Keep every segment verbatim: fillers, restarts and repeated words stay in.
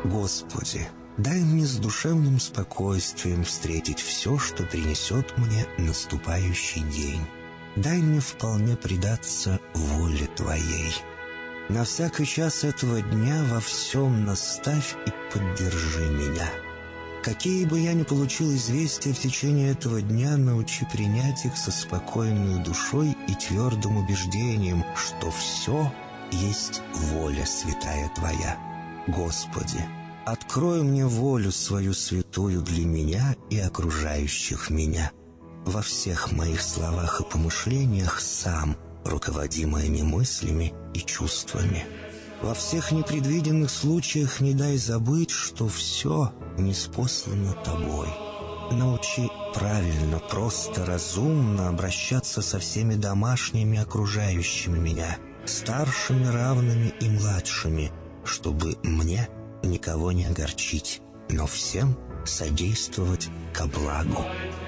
Господи, дай мне с душевным спокойствием встретить все, что принесет мне наступающий день. Дай мне вполне предаться воле Твоей. На всякий час этого дня во всем наставь и поддержи меня. Какие бы я ни получил известия в течение этого дня, научи принять их со спокойной душой и твердым убеждением, что все есть воля святая Твоя. Господи, открой мне волю свою святую для меня и окружающих меня. Во всех моих словах и помышлениях сам руководи моими мыслями и чувствами. Во всех непредвиденных случаях не дай забыть, что все ниспослано Тобой. Научи правильно, просто, разумно обращаться со всеми домашними, окружающими меня, старшими, равными и младшими, чтобы мне никого не огорчить, но всем содействовать ко благу.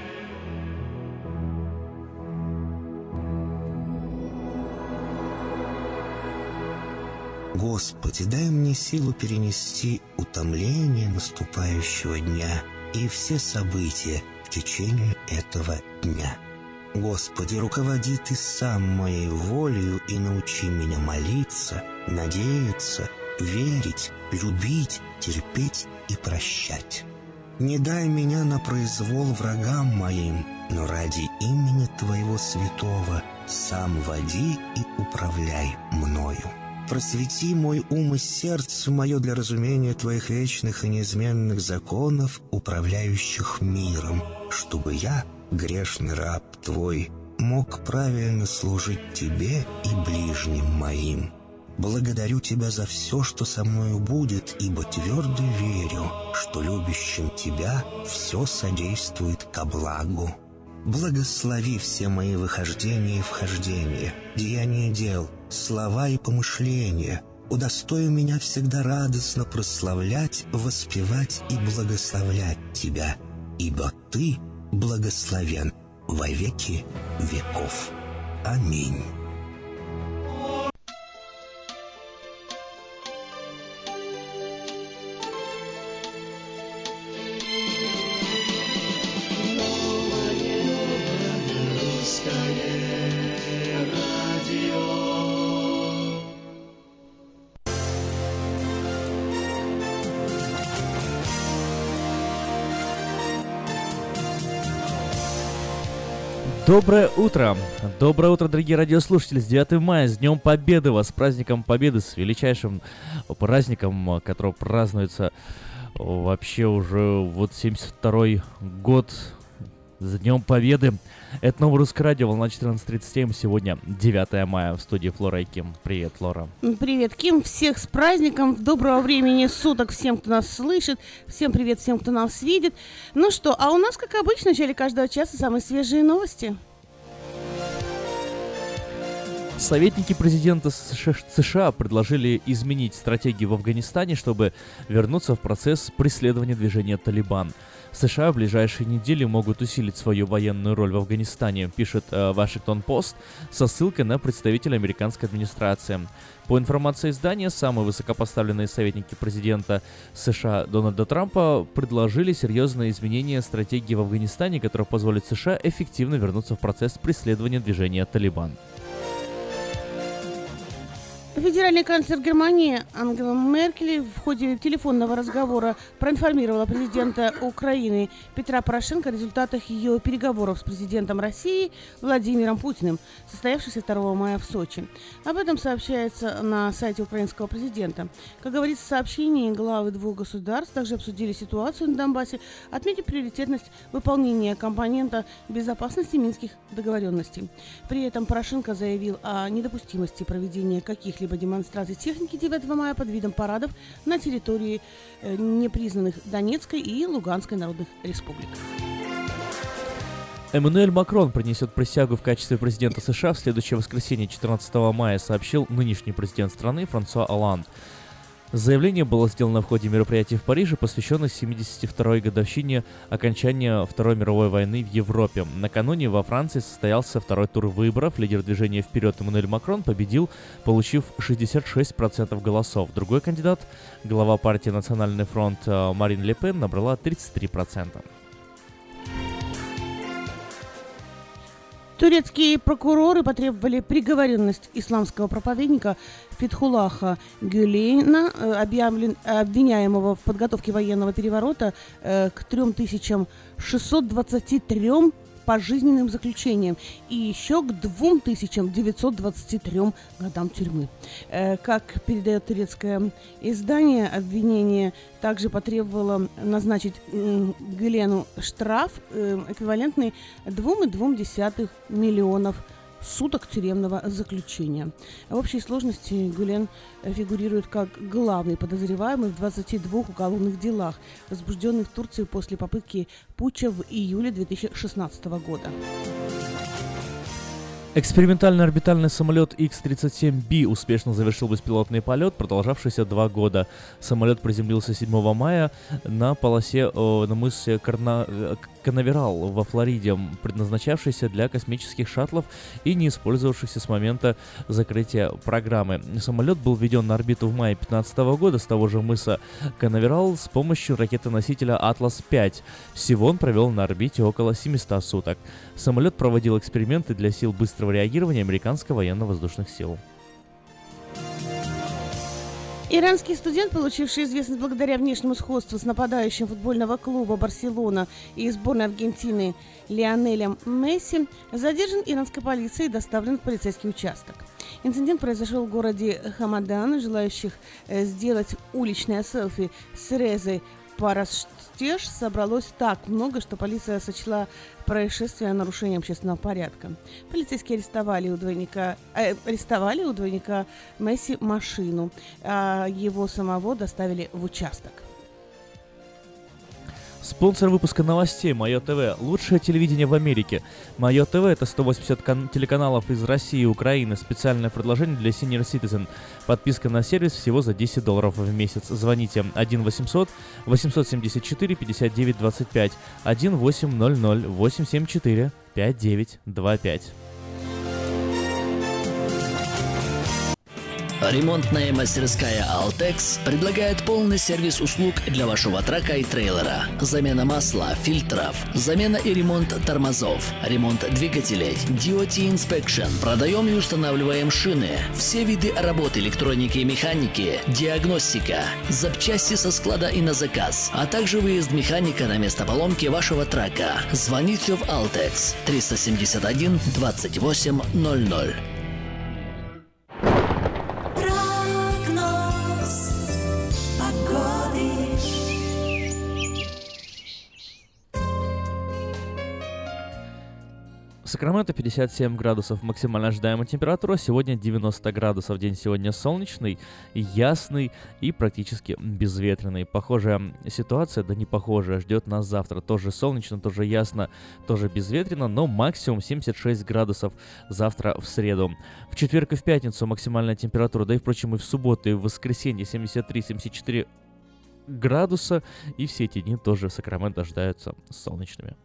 Господи, дай мне силу перенести утомление наступающего дня и все события в течение этого дня. Господи, руководи Ты сам моей волею и научи меня молиться, надеяться, верить, любить, терпеть и прощать. Не дай меня на произвол врагам моим, но ради имени Твоего святого сам води и управляй мною. Просвети мой ум и сердце мое для разумения Твоих вечных и неизменных законов, управляющих миром, чтобы я, грешный раб Твой, мог правильно служить Тебе и ближним моим. Благодарю Тебя за все, что со мною будет, ибо твердо верю, что любящим Тебя все содействует ко благу. Благослови все мои выхождения и вхождения, деяния дел, слова и помышления. Удостой меня всегда радостно прославлять, воспевать и благословлять Тебя, ибо Ты благословен во веки веков. Аминь. Доброе утро! Доброе утро, дорогие радиослушатели! С девятым мая, с Днем Победы вас, с праздником Победы, с величайшим праздником, который празднуется вообще уже вот семьдесят второй год, с Днем Победы. Это Новое Русское Радио, волна четырнадцать тридцать семь, сегодня девятое мая, в студии Флора и Ким. Привет, Флора. Привет, Ким, всех с праздником, доброго времени суток всем, кто нас слышит, всем привет всем, кто нас видит. Ну что, а у нас, как обычно, в начале каждого часа самые свежие новости. Советники президента США предложили изменить стратегию в Афганистане, чтобы вернуться в процесс преследования движения «Талибан». США в ближайшие недели могут усилить свою военную роль в Афганистане, пишет Вашингтон-Пост со ссылкой на представителя американской администрации. По информации издания, самые высокопоставленные советники президента США Дональда Трампа предложили серьезные изменения стратегии в Афганистане, которые позволят США эффективно вернуться в процесс преследования движения «Талибан». Федеральный канцлер Германии Ангела Меркель в ходе телефонного разговора проинформировала президента Украины Петра Порошенко о результатах ее переговоров с президентом России Владимиром Путиным, состоявшихся второго мая в Сочи. Об этом сообщается на сайте украинского президента. Как говорится в сообщении, главы двух государств также обсудили ситуацию на Донбассе, отметив приоритетность выполнения компонента безопасности минских договоренностей. При этом Порошенко заявил о недопустимости проведения каких-либо демонстраций техники девятого мая под видом парадов на территории э, непризнанных Донецкой и Луганской народных республик. Эммануэль Макрон принесет присягу в качестве президента США в следующее воскресенье, четырнадцатого мая, сообщил нынешний президент страны Франсуа Олланд. Заявление было сделано в ходе мероприятия в Париже, посвященного семидесяти второй годовщине окончания Второй мировой войны в Европе. Накануне во Франции состоялся второй тур выборов. Лидер движения «Вперед» Эммануэль Макрон победил, получив шестьдесят шесть процентов голосов. Другой кандидат, глава партии «Национальный фронт» Марин Ле Пен, набрала тридцать три процента. Турецкие прокуроры потребовали приговоренность исламского проповедника Фетхуллаха Гюлена, объявлен, обвиняемого в подготовке военного переворота, к трем тысячам шестьсот двадцати трем пожизненным заключением и еще к двум тысячам девятьсот двадцати трем годам тюрьмы. Как передает турецкое издание, обвинение также потребовало назначить Гюлену штраф, эквивалентный двум целых двум десятым миллионов суток тюремного заключения. В общей сложности Гюлен фигурирует как главный подозреваемый в двадцати двух уголовных делах, возбужденных в Турции после попытки путча в июле две тысячи шестнадцатого года. Экспериментальный орбитальный самолет икс тридцать семь би успешно завершил беспилотный полет, продолжавшийся два года. Самолет приземлился седьмого мая на полосе о, на мысе Карна... Канаверал во Флориде, предназначавшийся для космических шаттлов и не использовавшихся с момента закрытия программы. Самолет был введен на орбиту в мае две тысячи пятнадцатого года с того же мыса Канаверал с помощью ракеты-носителя Атлас пять. Всего он провел на орбите около семисот суток. Самолет проводил эксперименты для сил быстрого реагирования американских военно-воздушных сил. Иранский студент, получивший известность благодаря внешнему сходству с нападающим футбольного клуба «Барселона» и сборной Аргентины Лионелем Месси, задержан иранской полицией и доставлен в полицейский участок. Инцидент произошел в городе Хамадан. Желающих сделать уличное селфи с Резой Парастеж собралось так много, что полиция сочла происшествие нарушением общественного порядка. Полицейские арестовали у двойника, э, арестовали у двойника Месси машину, а его самого доставили в участок. Спонсор выпуска новостей Майо ТВ. Лучшее телевидение в Америке. Майо ТВ — это сто восемьдесят кан- телеканалов из России и Украины. Специальное предложение для Senior Citizen. Подписка на сервис всего за десять долларов в месяц. Звоните один восемьсот восемьсот семьдесят четыре пятьдесят девять двадцать пять, один восемьсот восемьсот семьдесят четыре пятьдесят девять двадцать пять. Ремонтная мастерская «Алтекс» предлагает полный сервис услуг для вашего трака и трейлера. Замена масла, фильтров, замена и ремонт тормозов, ремонт двигателей, ди о ти Inspection. Продаем и устанавливаем шины, все виды работы электроники и механики, диагностика, запчасти со склада и на заказ, а также выезд механика на место поломки вашего трака. Звоните в «Алтекс» триста семьдесят один двадцать восемь ноль ноль. Сакраменто пятьдесят семь градусов, максимально ожидаемая температура, сегодня девяносто градусов, день сегодня солнечный, ясный и практически безветренный. Похожая ситуация, да не похожая, ждет нас завтра, тоже солнечно, тоже ясно, тоже безветренно, но максимум семьдесят шесть градусов завтра в среду. В четверг и в пятницу максимальная температура, да и впрочем и в субботу и в воскресенье семьдесят три - семьдесят четыре градуса, и все эти дни тоже в Сакраменто ожидаются солнечными.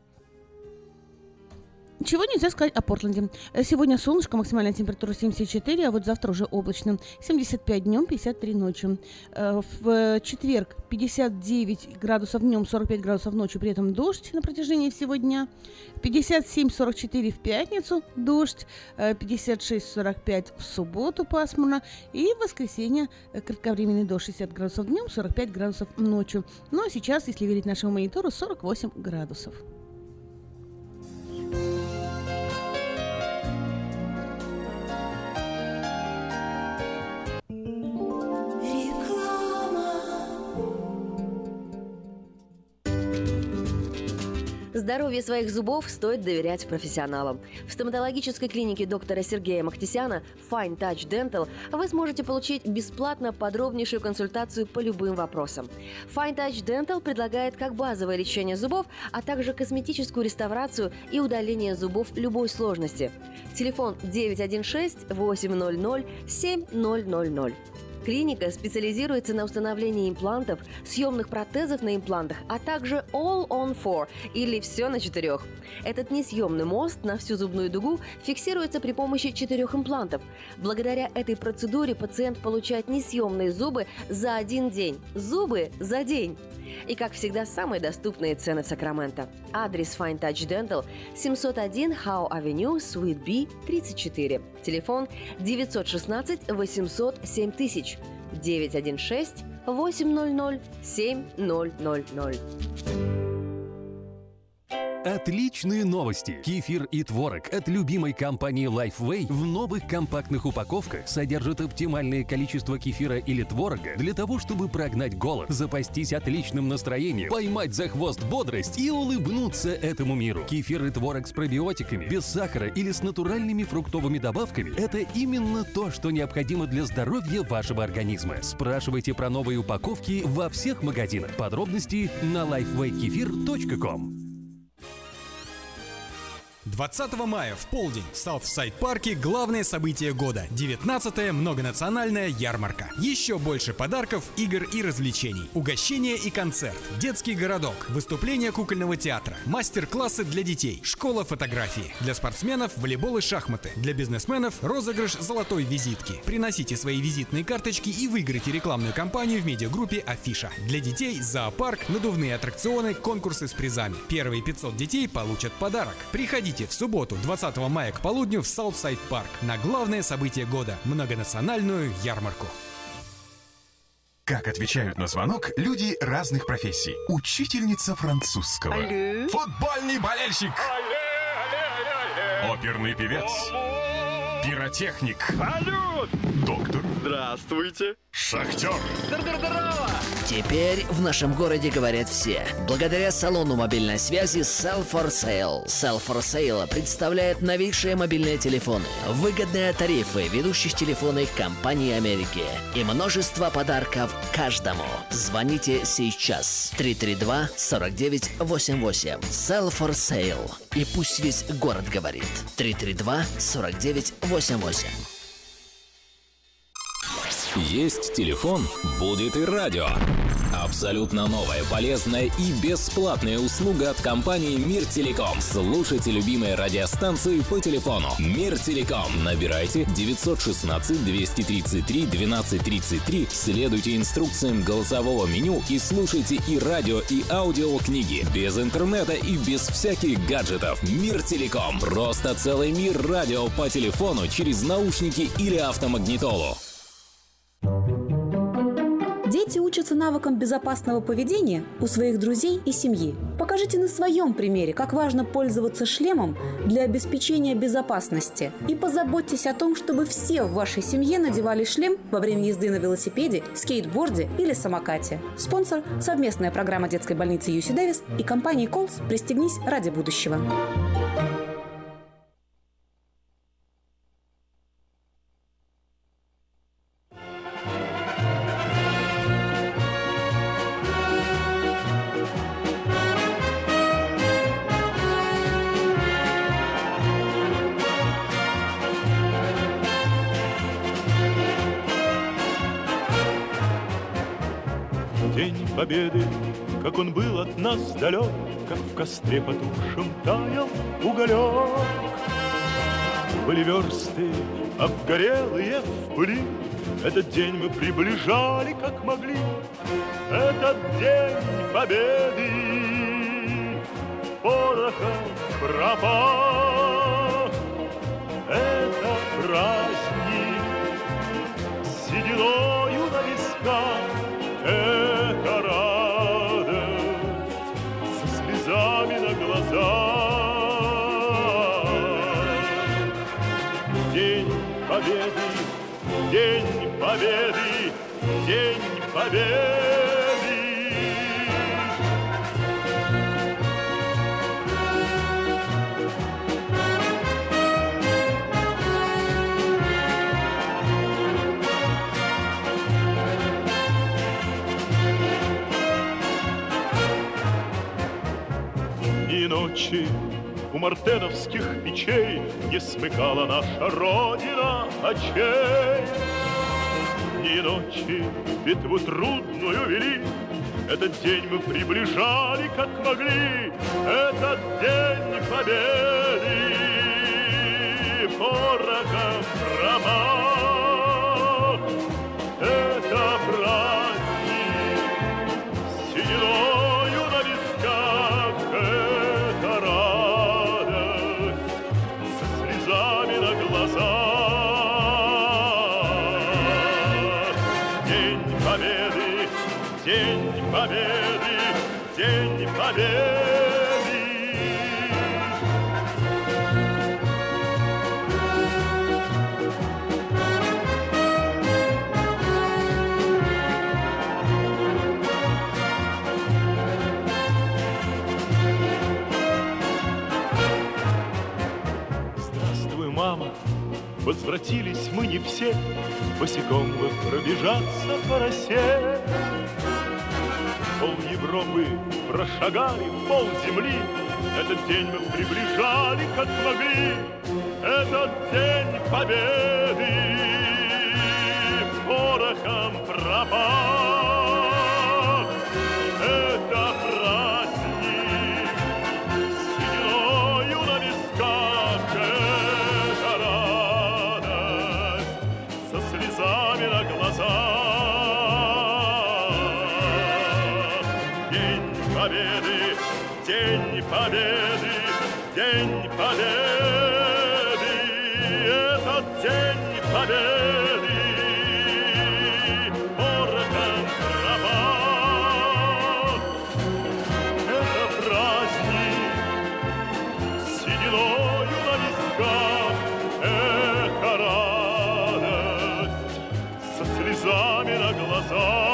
Чего нельзя сказать о Портленде. Сегодня солнышко, максимальная температура семьдесят четыре, а вот завтра уже облачно. семьдесят пять днем, пятьдесят три ночью. В четверг пятьдесят девять градусов днем, сорок пять градусов ночью, при этом дождь на протяжении всего дня. пятьдесят семь - сорок четыре в пятницу, дождь. пятьдесят шесть - сорок пять в субботу, пасмурно. И в воскресенье кратковременный дождь, шестьдесят градусов днем, сорок пять градусов ночью. Ну а сейчас, если верить нашему монитору, сорок восемь градусов. Здоровье своих зубов стоит доверять профессионалам. В стоматологической клинике доктора Сергея Махтисяна Fine Touch Dental вы сможете получить бесплатно подробнейшую консультацию по любым вопросам. Fine Touch Dental предлагает как базовое лечение зубов, а также косметическую реставрацию и удаление зубов любой сложности. Телефон девять один шесть восемь ноль ноль семь ноль ноль ноль. Клиника специализируется на установлении имплантов, съемных протезов на имплантах, а также all on four, или все на четырех. Этот несъемный мост на всю зубную дугу фиксируется при помощи четырех имплантов. Благодаря этой процедуре пациент получает несъемные зубы за один день. Зубы за день! И, как всегда, самые доступные цены в Сакраменто. Адрес Fine Touch Dental, семьсот один Howe Avenue, Suite B, тридцать четыре. Телефон девять один шесть восемьсот семь тысяч, девять один шесть восемьсот семь ноль ноль ноль. Отличные новости! Кефир и творог от любимой компании Lifeway в новых компактных упаковках содержат оптимальное количество кефира или творога для того, чтобы прогнать голод, запастись отличным настроением, поймать за хвост бодрость и улыбнуться этому миру. Кефир и творог с пробиотиками, без сахара или с натуральными фруктовыми добавками – это именно то, что необходимо для здоровья вашего организма. Спрашивайте про новые упаковки во всех магазинах. Подробности на лайфвей кефир точка ком. двадцатого мая в полдень в Саутсайд-парке главное событие года – девятнадцатая многонациональная ярмарка. Еще больше подарков, игр и развлечений. Угощение и концерт, детский городок, выступления кукольного театра, мастер-классы для детей, школа фотографии. Для спортсменов – волейбол и шахматы. Для бизнесменов – розыгрыш золотой визитки. Приносите свои визитные карточки и выиграйте рекламную кампанию в медиагруппе «Афиша». Для детей – зоопарк, надувные аттракционы, конкурсы с призами. Первые пятьсот детей получат подарок. Приходите в субботу, двадцатого мая к полудню в Саутсайд-парк на главное событие года – многонациональную ярмарку. Как отвечают на звонок люди разных профессий. Учительница французского. Алле. Футбольный болельщик. Алле, алле, алле. Оперный певец. Алло. Пиротехник. Салют. Доктор. Здравствуйте. Шахтер. Здорово. Теперь в нашем городе говорят все. Благодаря салону мобильной связи Sell for Sale. Sell for Sale представляет новейшие мобильные телефоны, выгодные тарифы ведущих телефонных компаний Америки и множество подарков каждому. Звоните сейчас. три три два сорок девять восемьдесят восемь. Sell for Sale. И пусть весь город говорит. три три два сорок девять восемьдесят восемь. Есть телефон, будет и радио. Абсолютно новая, полезная и бесплатная услуга от компании Мир Телеком. Слушайте любимые радиостанции по телефону. Мир Телеком. Набирайте девять один шесть двести тридцать три двенадцать тридцать три, следуйте инструкциям голосового меню и слушайте и радио, и аудиокниги. Без интернета и без всяких гаджетов. Мир Телеком. Просто целый мир радио по телефону через наушники или автомагнитолу. Дети учатся навыкам безопасного поведения у своих друзей и семьи. Покажите на своем примере, как важно пользоваться шлемом для обеспечения безопасности. И позаботьтесь о том, чтобы все в вашей семье надевали шлем во время езды на велосипеде, скейтборде или самокате. Спонсор – совместная программа детской больницы ю си Дэвис и компании Колс «Пристегнись ради будущего». День Победы, как он был от нас далек, как в костре потухшем таял уголек. Были версты, обгорелые в пыли, этот день мы приближали, как могли. Этот день Победы порохом пропах. Это праздник сединою на висках. Это радость со слезами на глазах. День Победы, День Победы, День Победы. И ночи у мартеновских печей не смыкала наша Родина очей. летние ночи битву трудную вели. Этот день мы приближали, как могли. Этот день победы порохом промах. Это праздник сединою на висках. Это радость со слезами на глазах. День победы, день победы, день победы. Здравствуй, мама, возвратились мы не все, босиком бы пробежаться по росе. Пол Европы прошагали, пол земли. Этот день мы приближали, как могли. Этот день победы порохом пропах. Это праздник сединою на висках. Это радость со слезами на глазах. Победы, день победы, день победы, этот день победы порохом пропах. Это праздник сединою на висках. Это радость со слезами на глазах.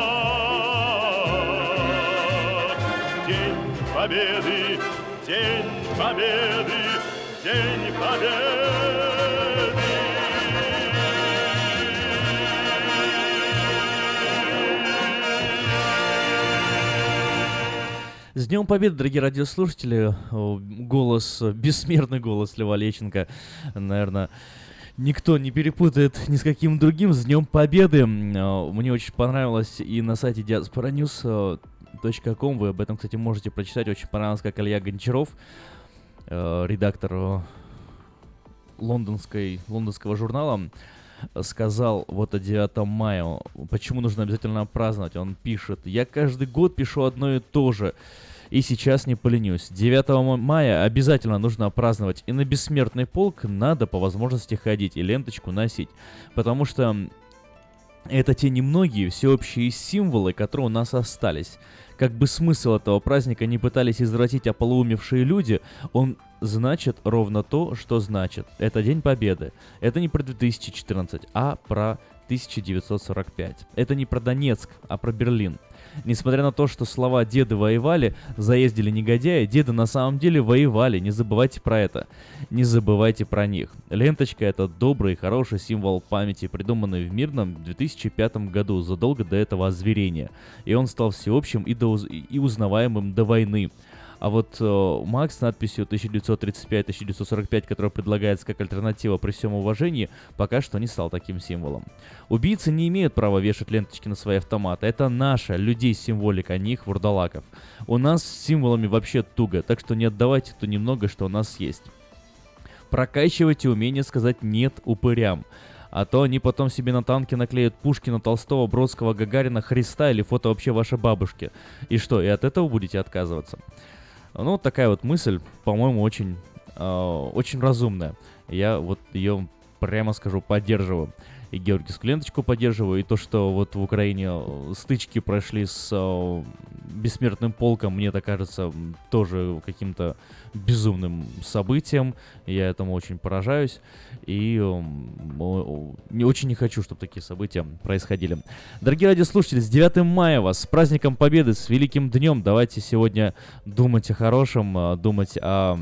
Победы, день победы, день победы. С Днем Победы, дорогие радиослушатели. Голос, бессмертный голос Льва Лещенко, наверное, никто не перепутает ни с каким другим. С Днем Победы. Мне очень понравилось и на сайте диаспора ньюс точка ком. Вы об этом, кстати, можете прочитать. Очень понравилось, как Илья Гончаров, э, редактор э, лондонской, лондонского журнала, сказал вот о девятом мая, почему нужно обязательно праздновать. Он пишет: «Я каждый год пишу одно и то же, и сейчас не поленюсь. девятого мая обязательно нужно праздновать, и на бессмертный полк надо по возможности ходить и ленточку носить, потому что это те немногие всеобщие символы, которые у нас остались. Как бы смысл этого праздника не пытались извратить ополоумевшие люди, он значит ровно то, что значит. Это День Победы. Это не про две тысячи четырнадцать, а про тысяча девятьсот сорок пять. Это не про Донецк, а про Берлин. Несмотря на то, что слова «деды воевали», заездили негодяи, деды на самом деле воевали, не забывайте про это. Не забывайте про них. Ленточка — это добрый и хороший символ памяти, придуманный в мирном две тысячи пятом году, задолго до этого озверения. И он стал всеобщим и, до, и узнаваемым до войны. А вот э, Макс с надписью тысяча девятьсот тридцать пять - тысяча девятьсот сорок пять, которая предлагается как альтернатива при всем уважении, пока что не стал таким символом. Убийцы не имеют права вешать ленточки на свои автоматы. Это наша, людей, символика, а не их, вурдалаков. У нас с символами вообще туго, так что не отдавайте то немного, что у нас есть. Прокачивайте умение сказать «нет» упырям. А то они потом себе на танке наклеят Пушкина, Толстого, Бродского, Гагарина, Христа или фото вообще вашей бабушки. И что, и от этого будете отказываться? Ну, вот такая вот мысль, по-моему, очень, э, очень разумная. Я вот ее, прямо скажу, поддерживаю. И Георгиевскую ленточку поддерживаю, и то, что вот в Украине стычки прошли с э, бессмертным полком, мне это кажется тоже каким-то безумным событием. Я этому очень поражаюсь, и э, не очень не хочу, чтобы такие события происходили. Дорогие радиослушатели, с девятым мая вас, с праздником Победы, с великим днем. Давайте сегодня думать о хорошем, думать о,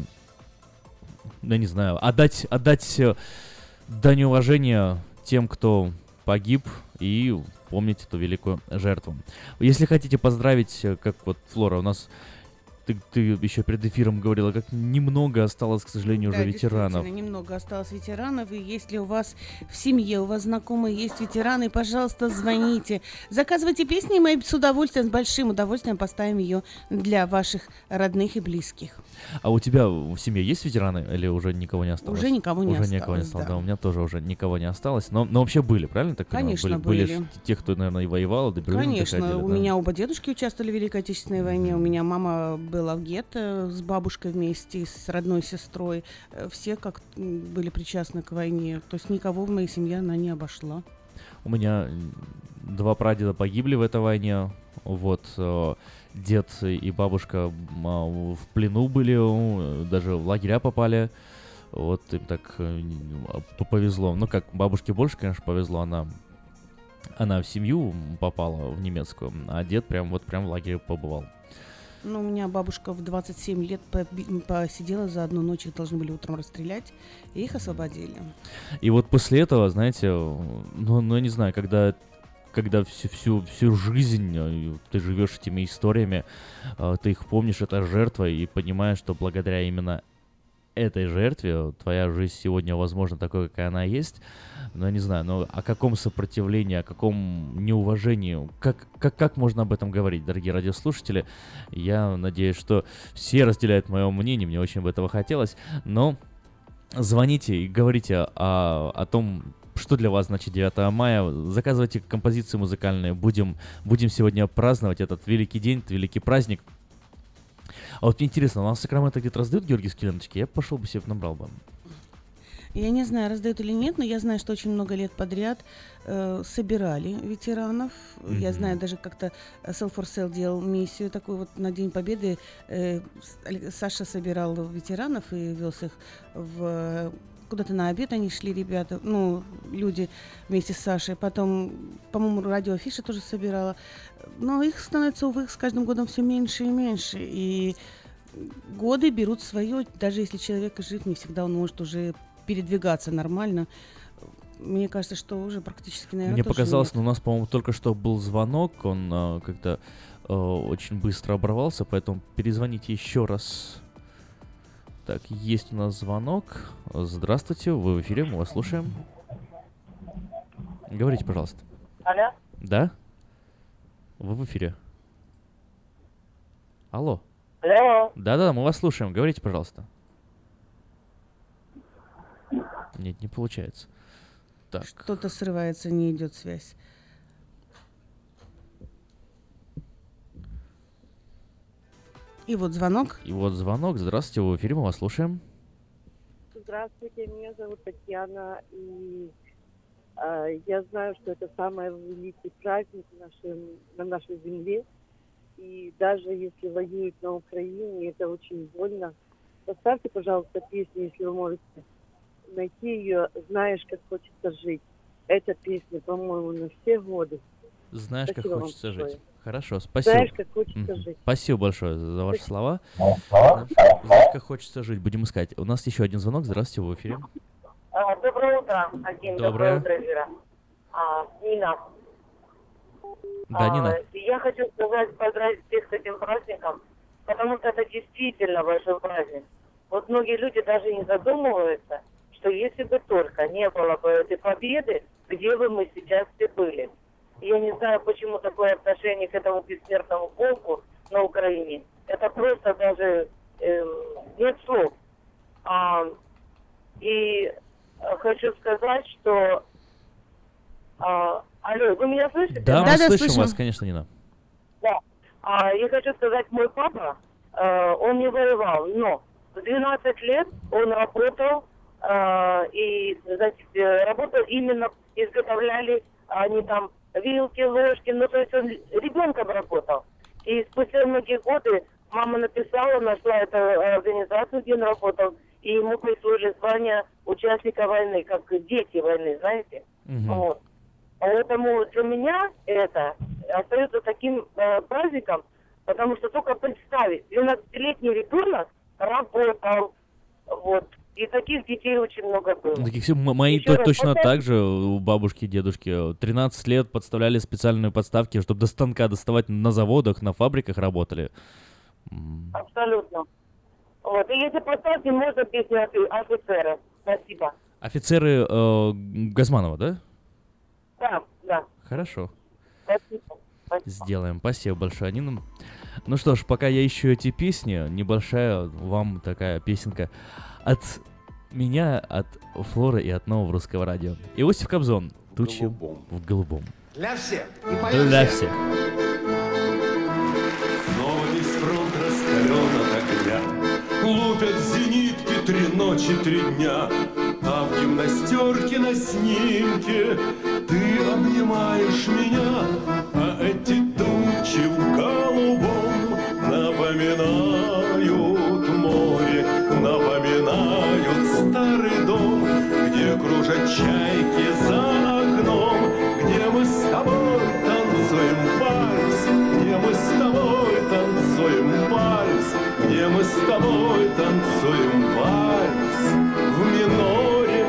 да не знаю, отдать, отдать дань уважения тем, кто погиб, и помнить эту великую жертву. Если хотите поздравить, как вот Флора, у нас ты, ты еще перед эфиром говорила, как немного осталось, к сожалению, Да, уже ветеранов. действительно, немного осталось ветеранов, и если у вас в семье, у вас знакомые есть ветераны, пожалуйста, звоните, заказывайте песни, и мы с удовольствием, с большим удовольствием поставим ее для ваших родных и близких. А у тебя в семье есть ветераны или уже никого не осталось? Уже никого не уже осталось, никого не осталось, да. да. У меня тоже уже никого не осталось, но, но вообще были, правильно так понимаю? Конечно, были. были. Были те, кто, наверное, и воевал, до Берлина Конечно, доходили, у да. меня оба дедушки участвовали в Великой Отечественной войне, у меня мама была в гетто с бабушкой вместе, с родной сестрой, все как были причастны к войне, то есть никого в моей семье она не обошла. У меня два прадеда погибли в этой войне, вот, дед и бабушка в плену были, даже в лагеря попали, вот, им так повезло, ну как, бабушке больше, конечно, повезло, она... Она в семью попала, в немецкую, а дед прям вот прям в лагере побывал. Ну, у меня бабушка в двадцать семь лет посидела за одну ночь, их должны были утром расстрелять, и их освободили. И вот после этого, знаете, ну, ну я не знаю, когда, когда всю, всю, всю жизнь ты живешь этими историями, ты их помнишь, это жертва, и понимаешь, что благодаря именно этой жертве твоя жизнь сегодня, возможно, такой, какая она есть. Но я не знаю, но о каком сопротивлении, о каком неуважении, как, как, как можно об этом говорить, дорогие радиослушатели? Я надеюсь, что все разделяют мое мнение, мне очень бы этого хотелось, но звоните и говорите о, о том, что для вас значит девятое мая, заказывайте композиции музыкальные, будем, будем сегодня праздновать этот великий день, этот великий праздник. А вот мне интересно, у нас в Сакраменто где-то раздают георгиевские ленточки? Я пошел бы себе набрал бы. Я не знаю, раздают или нет, но я знаю, что очень много лет подряд э, собирали ветеранов. Mm-hmm. Я знаю, даже как-то Sell for Sale делал миссию такую вот на День Победы. Э, Саша собирал ветеранов и вез их в... Куда-то на обед они шли, ребята, ну, люди вместе с Сашей. Потом, по-моему, радио Афиша тоже собирала. Но их становится, увы, с каждым годом все меньше и меньше. И годы берут свое. Даже если человек жив, не всегда он может уже передвигаться нормально. Мне кажется, что уже практически, наверное, Мне показалось, нет. но у нас, по-моему, только что был звонок. Он а, как-то а, очень быстро оборвался, поэтому перезвоните еще раз. Так, есть у нас звонок. Здравствуйте, вы в эфире, мы вас слушаем. Говорите, пожалуйста. Алло? Да? Вы в эфире. Алло. Алло? Да-да, мы вас слушаем, говорите, пожалуйста. Нет, не получается. Так. Что-то срывается, не идет связь. И вот звонок. И вот звонок. Здравствуйте, вы в эфире, мы вас слушаем. Здравствуйте, меня зовут Татьяна, и э, я знаю, что это самый великий праздник в нашем, на нашей земле. И даже если воюют на Украине, это очень больно. Поставьте, пожалуйста, песню, если вы можете найти ее «Знаешь, как хочется жить». Эта песня, по-моему, на все годы. Знаешь, Спасибо как хочется большое. жить. Хорошо, спасибо. Знаешь, как хочется Mm-hmm. жить. Спасибо большое за ваши слова. Знаешь, как хочется жить. Будем искать. У нас еще один звонок. Здравствуйте, вы в эфире. А, доброе утро, Агим. Доброе. Доброе утро, Вера. А, Нина. Да, Нина. А, я хочу сказать, поздравить всех с этим праздником, потому что это действительно большой праздник. Вот многие люди даже не задумываются, что если бы только не было бы этой победы, где бы мы сейчас все были. Я не знаю, почему такое отношение к этому бессмертному полку на Украине. Это просто даже э, нет слов. А, и хочу сказать, что... А, алло, вы меня слышите? Да, Да, мы да, слышим слышим. вас, конечно, Нина. Да. А, я хочу сказать, мой папа, э, он не воевал, но в двенадцать лет он работал, э, и, значит, работал именно, изготовляли они там вилки, ложки, ну, то есть он ребенком работал. И спустя многие годы мама написала, нашла эту организацию, где он работал, и ему присвоили звание участника войны, как дети войны, знаете. Угу. Вот. Поэтому для меня это остается таким э, праздником, потому что только представить, двенадцатилетний ребенок работал, вот. И таких детей очень много было. Таких все, м- мои то, Еще раз, точно вот это- так же у бабушки и дедушки. тринадцать лет подставляли специальные подставки, чтобы до станка доставать на заводах, на фабриках работали. Абсолютно. Вот. И если поставьте, можно песню офи- офицеры. Спасибо. Офицеры э, Газманова, да? Да, да. Хорошо. Спасибо. Спасибо. Сделаем. Спасибо большое, Анина. Ну что ж, пока я ищу эти песни, небольшая вам такая песенка от меня, от Флоры и от Нового Русского Радио. Иосиф Кобзон. Тучи в голубом. Для всех. Для всех. Снова весь фронт раскален от огня. Лупят зенитки три ночи, три дня. А в гимнастерке на снимке ты обнимаешь меня. А эти тучи в голубом напоминают море, напоминают старый дом, где кружат чайки за окном, где мы с тобой танцуем вальс, где мы с тобой танцуем вальс, где мы с тобой танцуем вальс в миноре.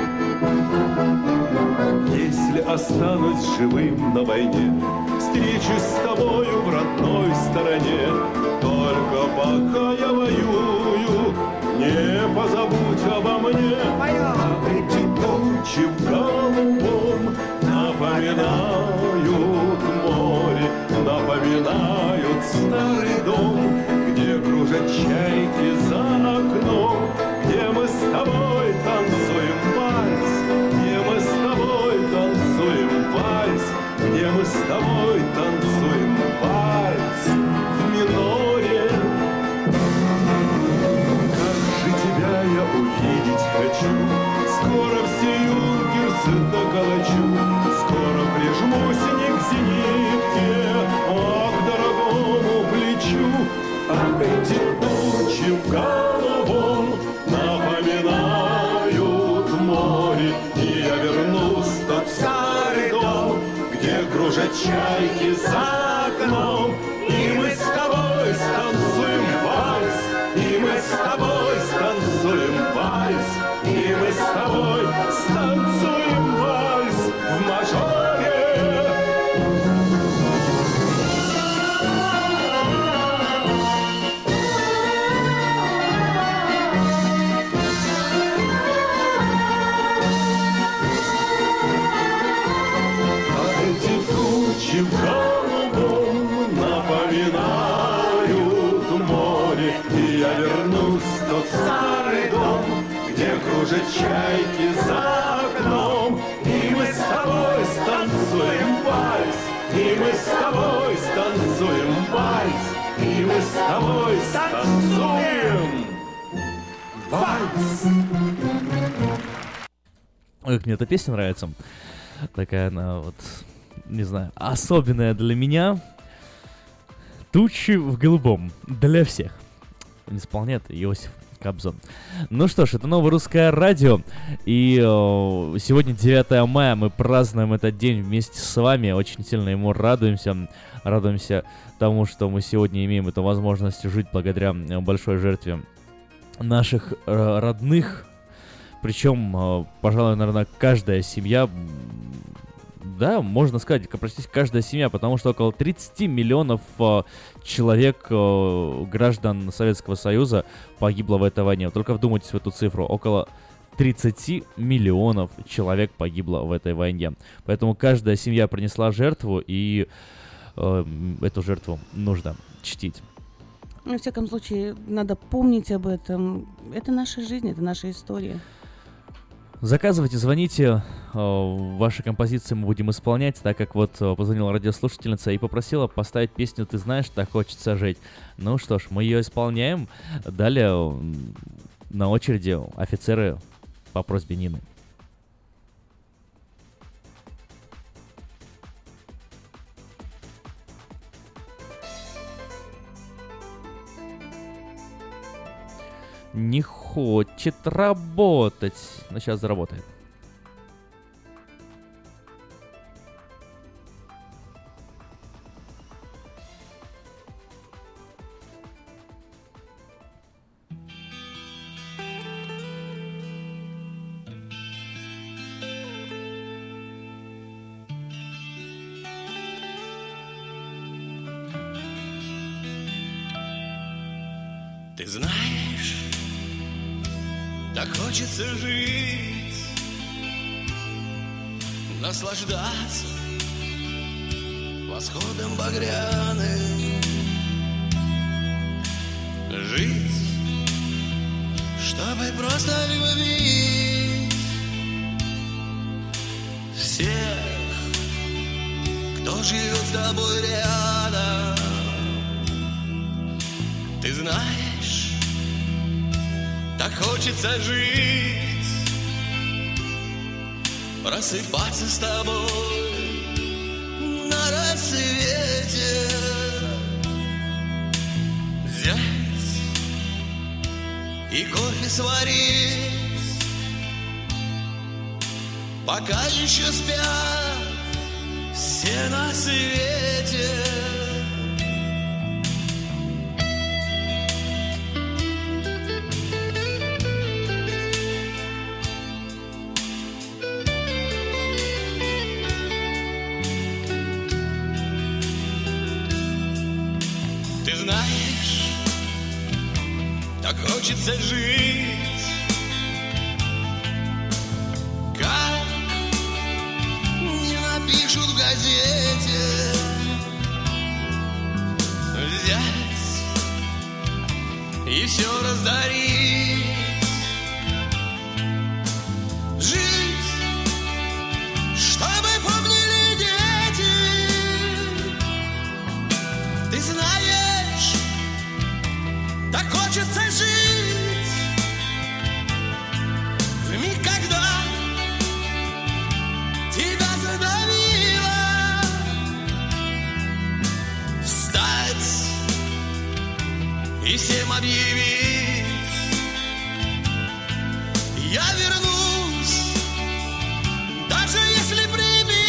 Если останусь живым на войне, встречусь с тобою в родной стороне. Только пока я воюю, не позабудь обо мне. А эти тучи в голубом напоминают море, напоминают старый дом, где кружат чайки за окном, где мы с тобой танцуем вальс, где мы с тобой танцуем вальс, где мы с тобой танцуем вальс в миноре. Как же тебя я увидеть хочу, скоро все юнкерсы доколочу, скоро прижмусь не к зенитке, а к дорогому плечу. А эти тучи в голубом напоминают море, и я вернусь в тот старый дом, где кружат чайки за окном, и мы с тобой станцуем вальс, и мы с тобой станцуем вальс, и мы с тобой станцуем вальс в мажоре. В голубом напоминают море, и я вернусь в тот старый дом, где кружат чайки за окном, и мы с тобой станцуем вальс, и мы с тобой станцуем вальс, и мы с тобой станцуем вальс. Ой, как мне эта песня нравится. Такая она вот, не знаю, особенная для меня. Тучи в голубом. Для всех. Исполняет Иосиф Кобзон. Ну что ж, это Новое Русское Радио. И э, сегодня девятое мая. Мы празднуем этот день вместе с вами. Очень сильно ему радуемся. Радуемся тому, что мы сегодня имеем эту возможность жить благодаря большой жертве наших э, родных. Причем, э, пожалуй, наверное, каждая семья... Да, можно сказать, простите, каждая семья, потому что около тридцать миллионов э, человек, э, граждан Советского Союза, погибло в этой войне. Только вдумайтесь в эту цифру. Около тридцать миллионов человек погибло в этой войне. Поэтому каждая семья принесла жертву, и э, эту жертву нужно чтить. Во всяком случае, надо помнить об этом. Это наша жизнь, это наша история. Заказывайте, звоните, ваши композиции мы будем исполнять, так как вот позвонила радиослушательница и попросила поставить песню «Ты знаешь, так хочется жить». Ну что ж, мы ее исполняем. Далее на очереди офицеры по просьбе Нины. Не хочет работать. Но сейчас заработает. Ты знаешь, так хочется жить, наслаждаться восходом багряным, жить, чтобы просто любить всех, кто живет с тобой рядом. Ты знаешь, так хочется жить, просыпаться с тобой на рассвете, взять и кофе сварить, пока еще спят все на свете. Ты знаешь, так хочется жить, как не напишут в газете, взять и все раздарить, жить, чтобы помнили дети. Ты знаешь, так хочется жить в миг, когда тебя задавило, встать и всем объявить: я вернусь, даже если прибило.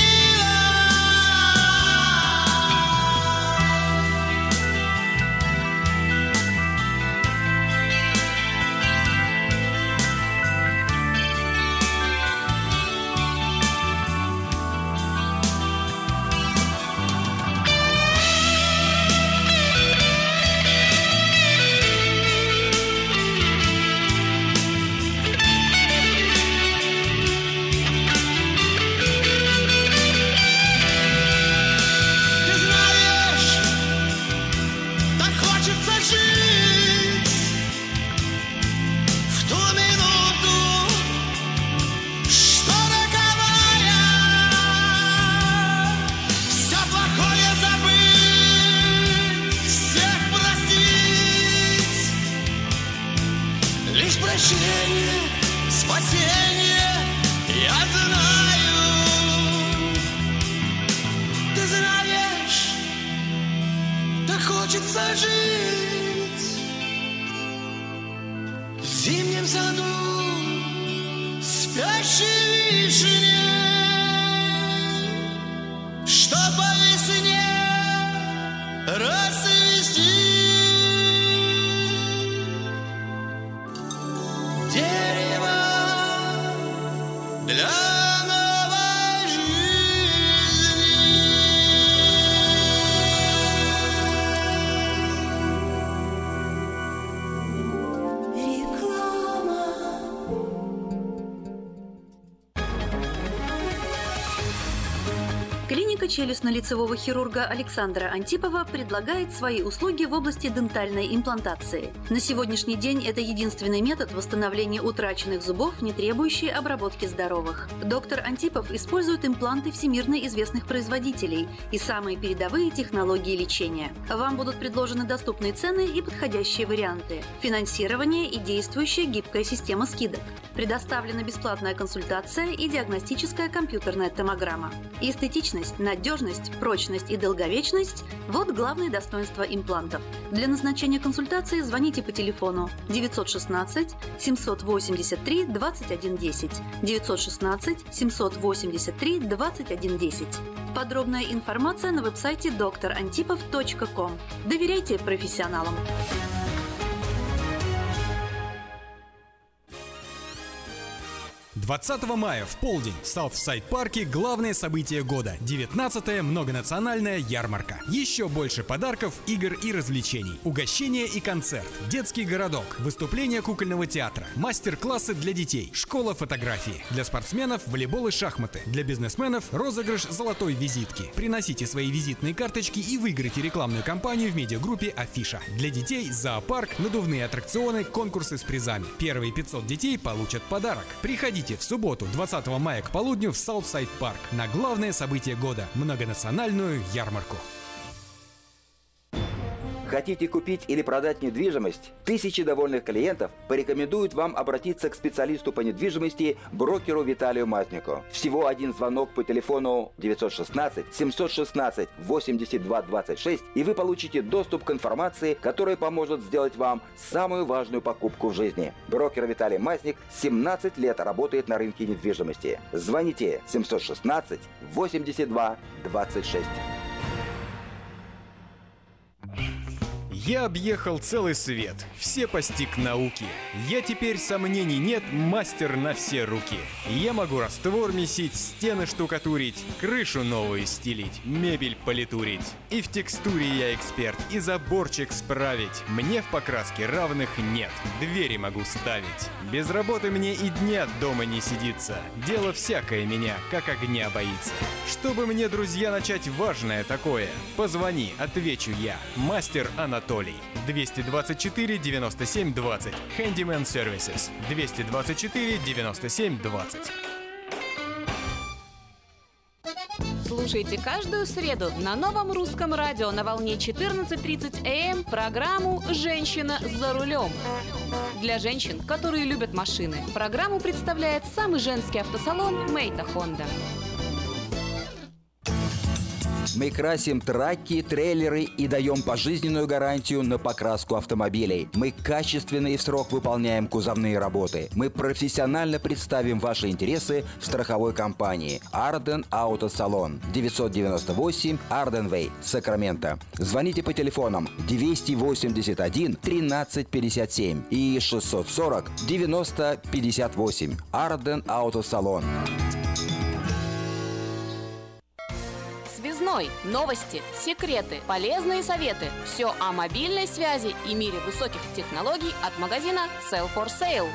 Прощение, спасение, я знаю. Ты знаешь, так хочется жить в зимнем саду спящей вишни, что по весне расцвести. Дерево для новой жизни. Реклама. Клиника челюстно-лицевого хирурга Александра Антипова предлагает свои услуги в области дентальной имплантации. На сегодняшний день это единственный метод восстановления утраченных зубов, не требующий обработки здоровых. Доктор Антипов использует импланты всемирно известных производителей и самые передовые технологии лечения. Вам будут предложены доступные цены и подходящие варианты, финансирование и действующая гибкая система скидок. Предоставлена бесплатная консультация и диагностическая компьютерная томограмма. Эстетичность, надежность, прочность и долговечность – вот главные достоинства имплантов. Для назначения консультации звоните по телефону девятьсот шестнадцать семьсот восемьдесят три двадцать один десять, девятьсот шестнадцать семьсот восемьдесят три двадцать один десять. Подробная информация на веб-сайте доктор антипов точка ком. Доверяйте профессионалам. двадцатого мая в полдень в Саутсайд-парке главное событие года – девятнадцатая многонациональная ярмарка. Еще больше подарков, игр и развлечений. Угощение и концерт. Детский городок. Выступление кукольного театра. Мастер-классы для детей. Школа фотографии. Для спортсменов волейбол и шахматы. Для бизнесменов розыгрыш золотой визитки. Приносите свои визитные карточки и выиграйте рекламную кампанию в медиагруппе «Афиша». Для детей зоопарк, надувные аттракционы, конкурсы с призами. Первые пятьсот детей получат подарок. Приходите в субботу, двадцатого мая к полудню в Саутсайд-парк на главное событие года – многонациональную ярмарку. Хотите купить или продать недвижимость? Тысячи довольных клиентов порекомендуют вам обратиться к специалисту по недвижимости, брокеру Виталию Мазнику. Всего один звонок по телефону девятьсот шестнадцать семьсот шестнадцать восемьдесят два двадцать шесть, и вы получите доступ к информации, которая поможет сделать вам самую важную покупку в жизни. Брокер Виталий Мазник семнадцать лет работает на рынке недвижимости. Звоните семьсот шестнадцать восемьдесят два двадцать шесть. Я объехал целый свет, все постиг науки. Я теперь, сомнений нет, мастер на все руки. Я могу раствор месить, стены штукатурить, крышу новую стелить, мебель политурить. И в текстуре я эксперт, и заборчик справить. Мне в покраске равных нет, двери могу ставить. Без работы мне и дня дома не сидится. Дело всякое меня, как огня боится. Чтобы мне, друзья, начать важное такое, позвони, отвечу я, мастер Анатолий. двести двадцать четыре девяносто семь двадцать. Handyman Services. двести двадцать четыре девяносто семь двадцать. Слушайте каждую среду на новом русском радио на волне четырнадцать тридцать эй эм программу «Женщина за рулем». Для женщин, которые любят машины, программу представляет самый женский автосалон «Мейта Хонда». Мы красим траки, трейлеры и даем пожизненную гарантию на покраску автомобилей. Мы качественно и в срок выполняем кузовные работы. Мы профессионально представим ваши интересы в страховой компании Арден Автосалон. девятьсот девяносто восемь Арден Вей, Сакраменто. Звоните по телефонам двести восемьдесят один тринадцать пятьдесят семь и шестьсот сорок девяносто пятьдесят восемь. Арден Автосалон. Связной. Новости, секреты, полезные советы. Все о мобильной связи и мире высоких технологий от магазина Sell for Sale.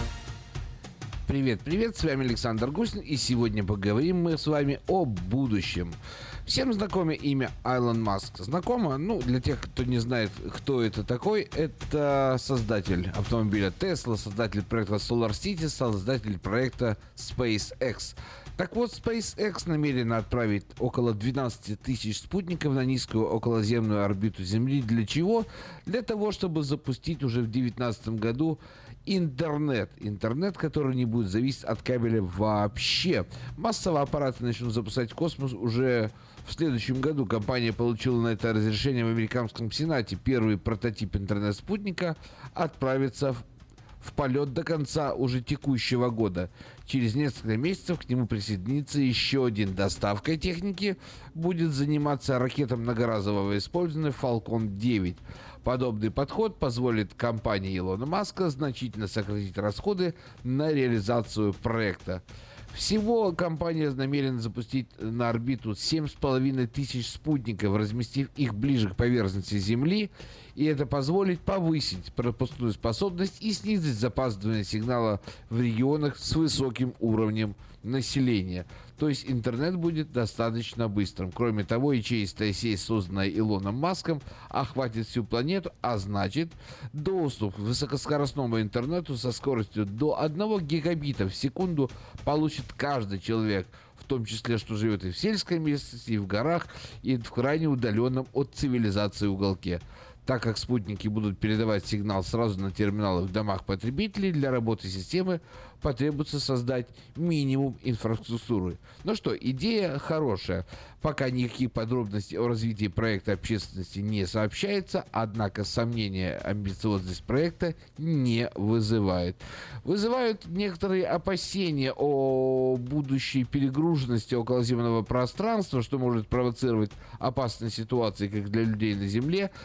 Привет, привет, с вами Александр Гусин, и сегодня поговорим мы с вами о будущем. Всем знакомо имя Илон Маск. Знакомо? Ну, для тех, кто не знает, кто это такой, это создатель автомобиля Tesla, создатель проекта Solar City, создатель проекта SpaceX. Так вот, SpaceX намерена отправить около двенадцать тысяч спутников на низкую околоземную орбиту Земли. Для чего? Для того, чтобы запустить уже в две тысячи девятнадцатом году интернет. Интернет, который не будет зависеть от кабеля вообще. Массово аппараты начнут запускать в космос уже в следующем году. Компания получила на это разрешение в американском Сенате. Первый прототип интернет-спутника отправится в в полет до конца уже текущего года. Через несколько месяцев к нему присоединится еще один. Доставкой техники будет заниматься ракета многоразового использования Falcon девять. Подобный подход позволит компании Илона Маска значительно сократить расходы на реализацию проекта. Всего компания намерена запустить на орбиту семь с половиной тысяч спутников, разместив их ближе к поверхности Земли, и это позволит повысить пропускную способность и снизить запаздывание сигнала в регионах с высоким уровнем населения. То есть интернет будет достаточно быстрым. Кроме того, ячеистая сеть, созданная Илоном Маском, охватит всю планету, а значит, доступ к высокоскоростному интернету со скоростью до одного гигабита в секунду получит каждый человек, в том числе, что живет и в сельской местности, и в горах, и в крайне удаленном от цивилизации уголке. Так как спутники будут передавать сигнал сразу на терминалы в домах потребителей, для работы системы потребуется создать минимум инфраструктуры. Ну что, идея хорошая. Пока никаких подробностей о развитии проекта общественности не сообщается, однако сомнения амбициозность проекта не вызывает. Вызывают некоторые опасения о будущей перегруженности околоземного пространства, что может провоцировать опасные ситуации как для людей на Земле, так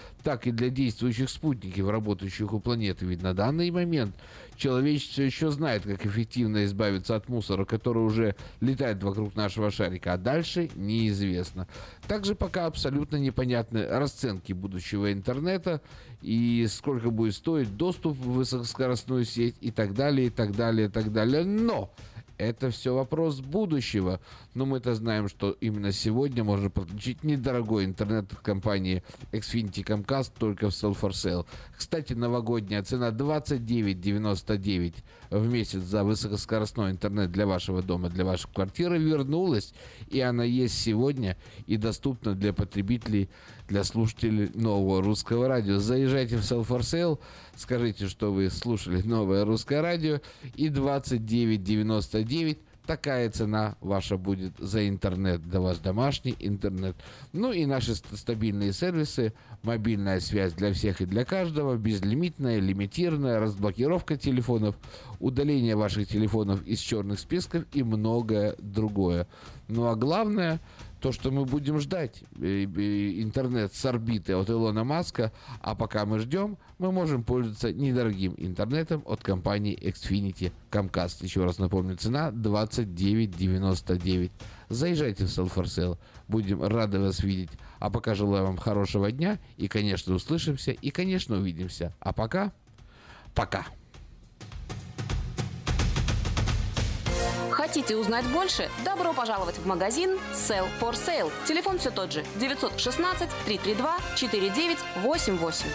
как и для действующих спутников, работающих у планеты. Ведь на данный момент человечество еще знает, как эффективно избавиться от мусора, который уже летает вокруг нашего шарика, а дальше неизвестно. Также пока абсолютно непонятны расценки будущего интернета и сколько будет стоить доступ в высокоскоростную сеть и так далее, и так далее, и так далее. Но это все вопрос будущего. Но мы-то знаем, что именно сегодня можно подключить недорогой интернет от компании Xfinity Comcast только в Sell for Sale. Кстати, новогодняя цена двадцать девять девяносто девять в месяц за высокоскоростной интернет для вашего дома, для вашей квартиры вернулась. И она есть сегодня и доступна для потребителей, для слушателей нового русского радио. Заезжайте в Sell for Sale, скажите, что вы слушали новое русское радио, и двадцать девять девяносто девять такая цена ваша будет за интернет, для ваш домашний интернет. Ну и наши стабильные сервисы, мобильная связь для всех и для каждого, безлимитная, лимитированная, разблокировка телефонов, удаление ваших телефонов из черных списков и многое другое. Ну а главное, то, что мы будем ждать интернет с орбиты от Илона Маска, а пока мы ждем, мы можем пользоваться недорогим интернетом от компании Xfinity Comcast. Еще раз напомню, цена двадцать девять девяносто девять. Заезжайте в Sell for Sale, будем рады вас видеть. А пока желаю вам хорошего дня и, конечно, услышимся и, конечно, увидимся. А пока, пока. Хотите узнать больше? Добро пожаловать в магазин Sell for Sale. Телефон все тот же девятьсот шестнадцать триста тридцать два сорок девять восемьдесят восемь.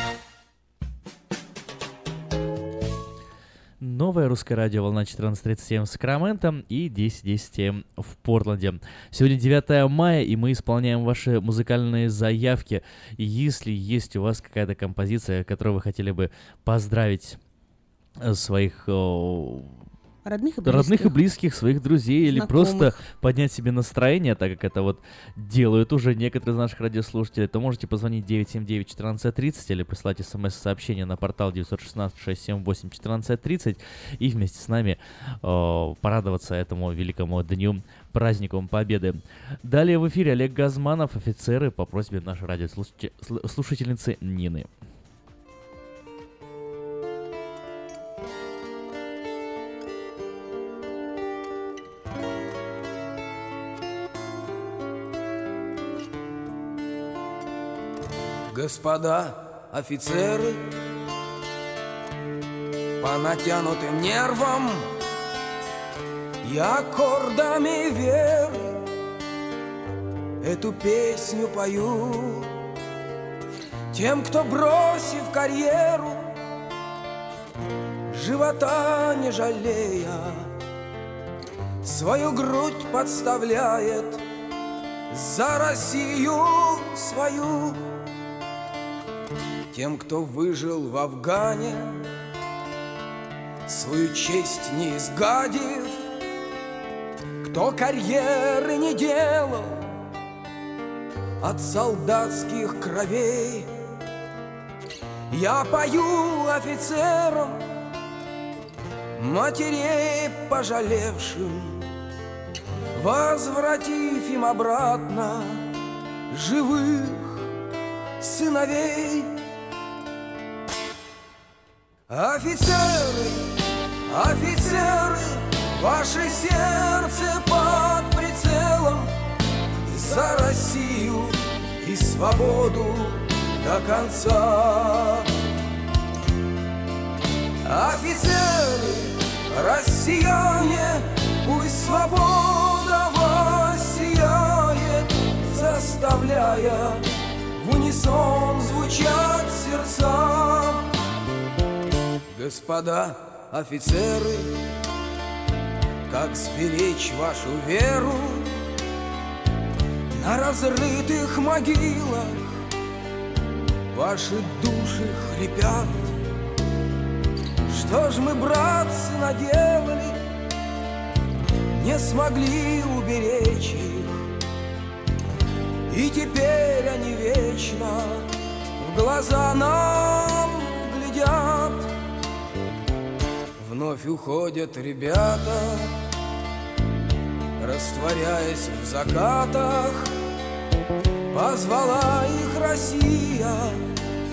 Новое русское радио, волна четырнадцать тридцать семь в Сакраменто и десять десять эм в Портленде. Сегодня девятое мая, и мы исполняем ваши музыкальные заявки. Если есть у вас какая-то композиция, которую вы хотели бы поздравить своих Родных и близких. родных и близких, своих друзей, или Знакомых. просто поднять себе настроение, так как это вот делают уже некоторые из наших радиослушателей, то можете позвонить девять семь девять четырнадцать тридцать или прислать смс-сообщение на портал девять один шесть шесть семь восемь четырнадцать тридцать и вместе с нами э, порадоваться этому великому дню, празднику Победы. Далее в эфире Олег Газманов, офицеры, по просьбе нашей радиослушательницы Нины. Господа офицеры, по натянутым нервам и аккордами веры эту песню пою тем, кто, бросив карьеру, живота не жалея, свою грудь подставляет за Россию свою. Тем, кто выжил в Афгане, свою честь не изгадив, кто карьеры не делал от солдатских кровей. Я пою офицерам, матерей пожалевшим, возвратив им обратно живых сыновей. Офицеры, офицеры, ваше сердце под прицелом, за Россию и свободу до конца. Офицеры, россияне, пусть свобода вас сияет, заставляя в унисон звучать сердца. Господа офицеры, как сберечь вашу веру на разрытых могилах? Ваши души хрипят. Что ж мы, братцы, наделали, не смогли уберечь их, и теперь они вечно в глаза нам глядят. Вновь уходят ребята, растворяясь в закатах. Позвала их Россия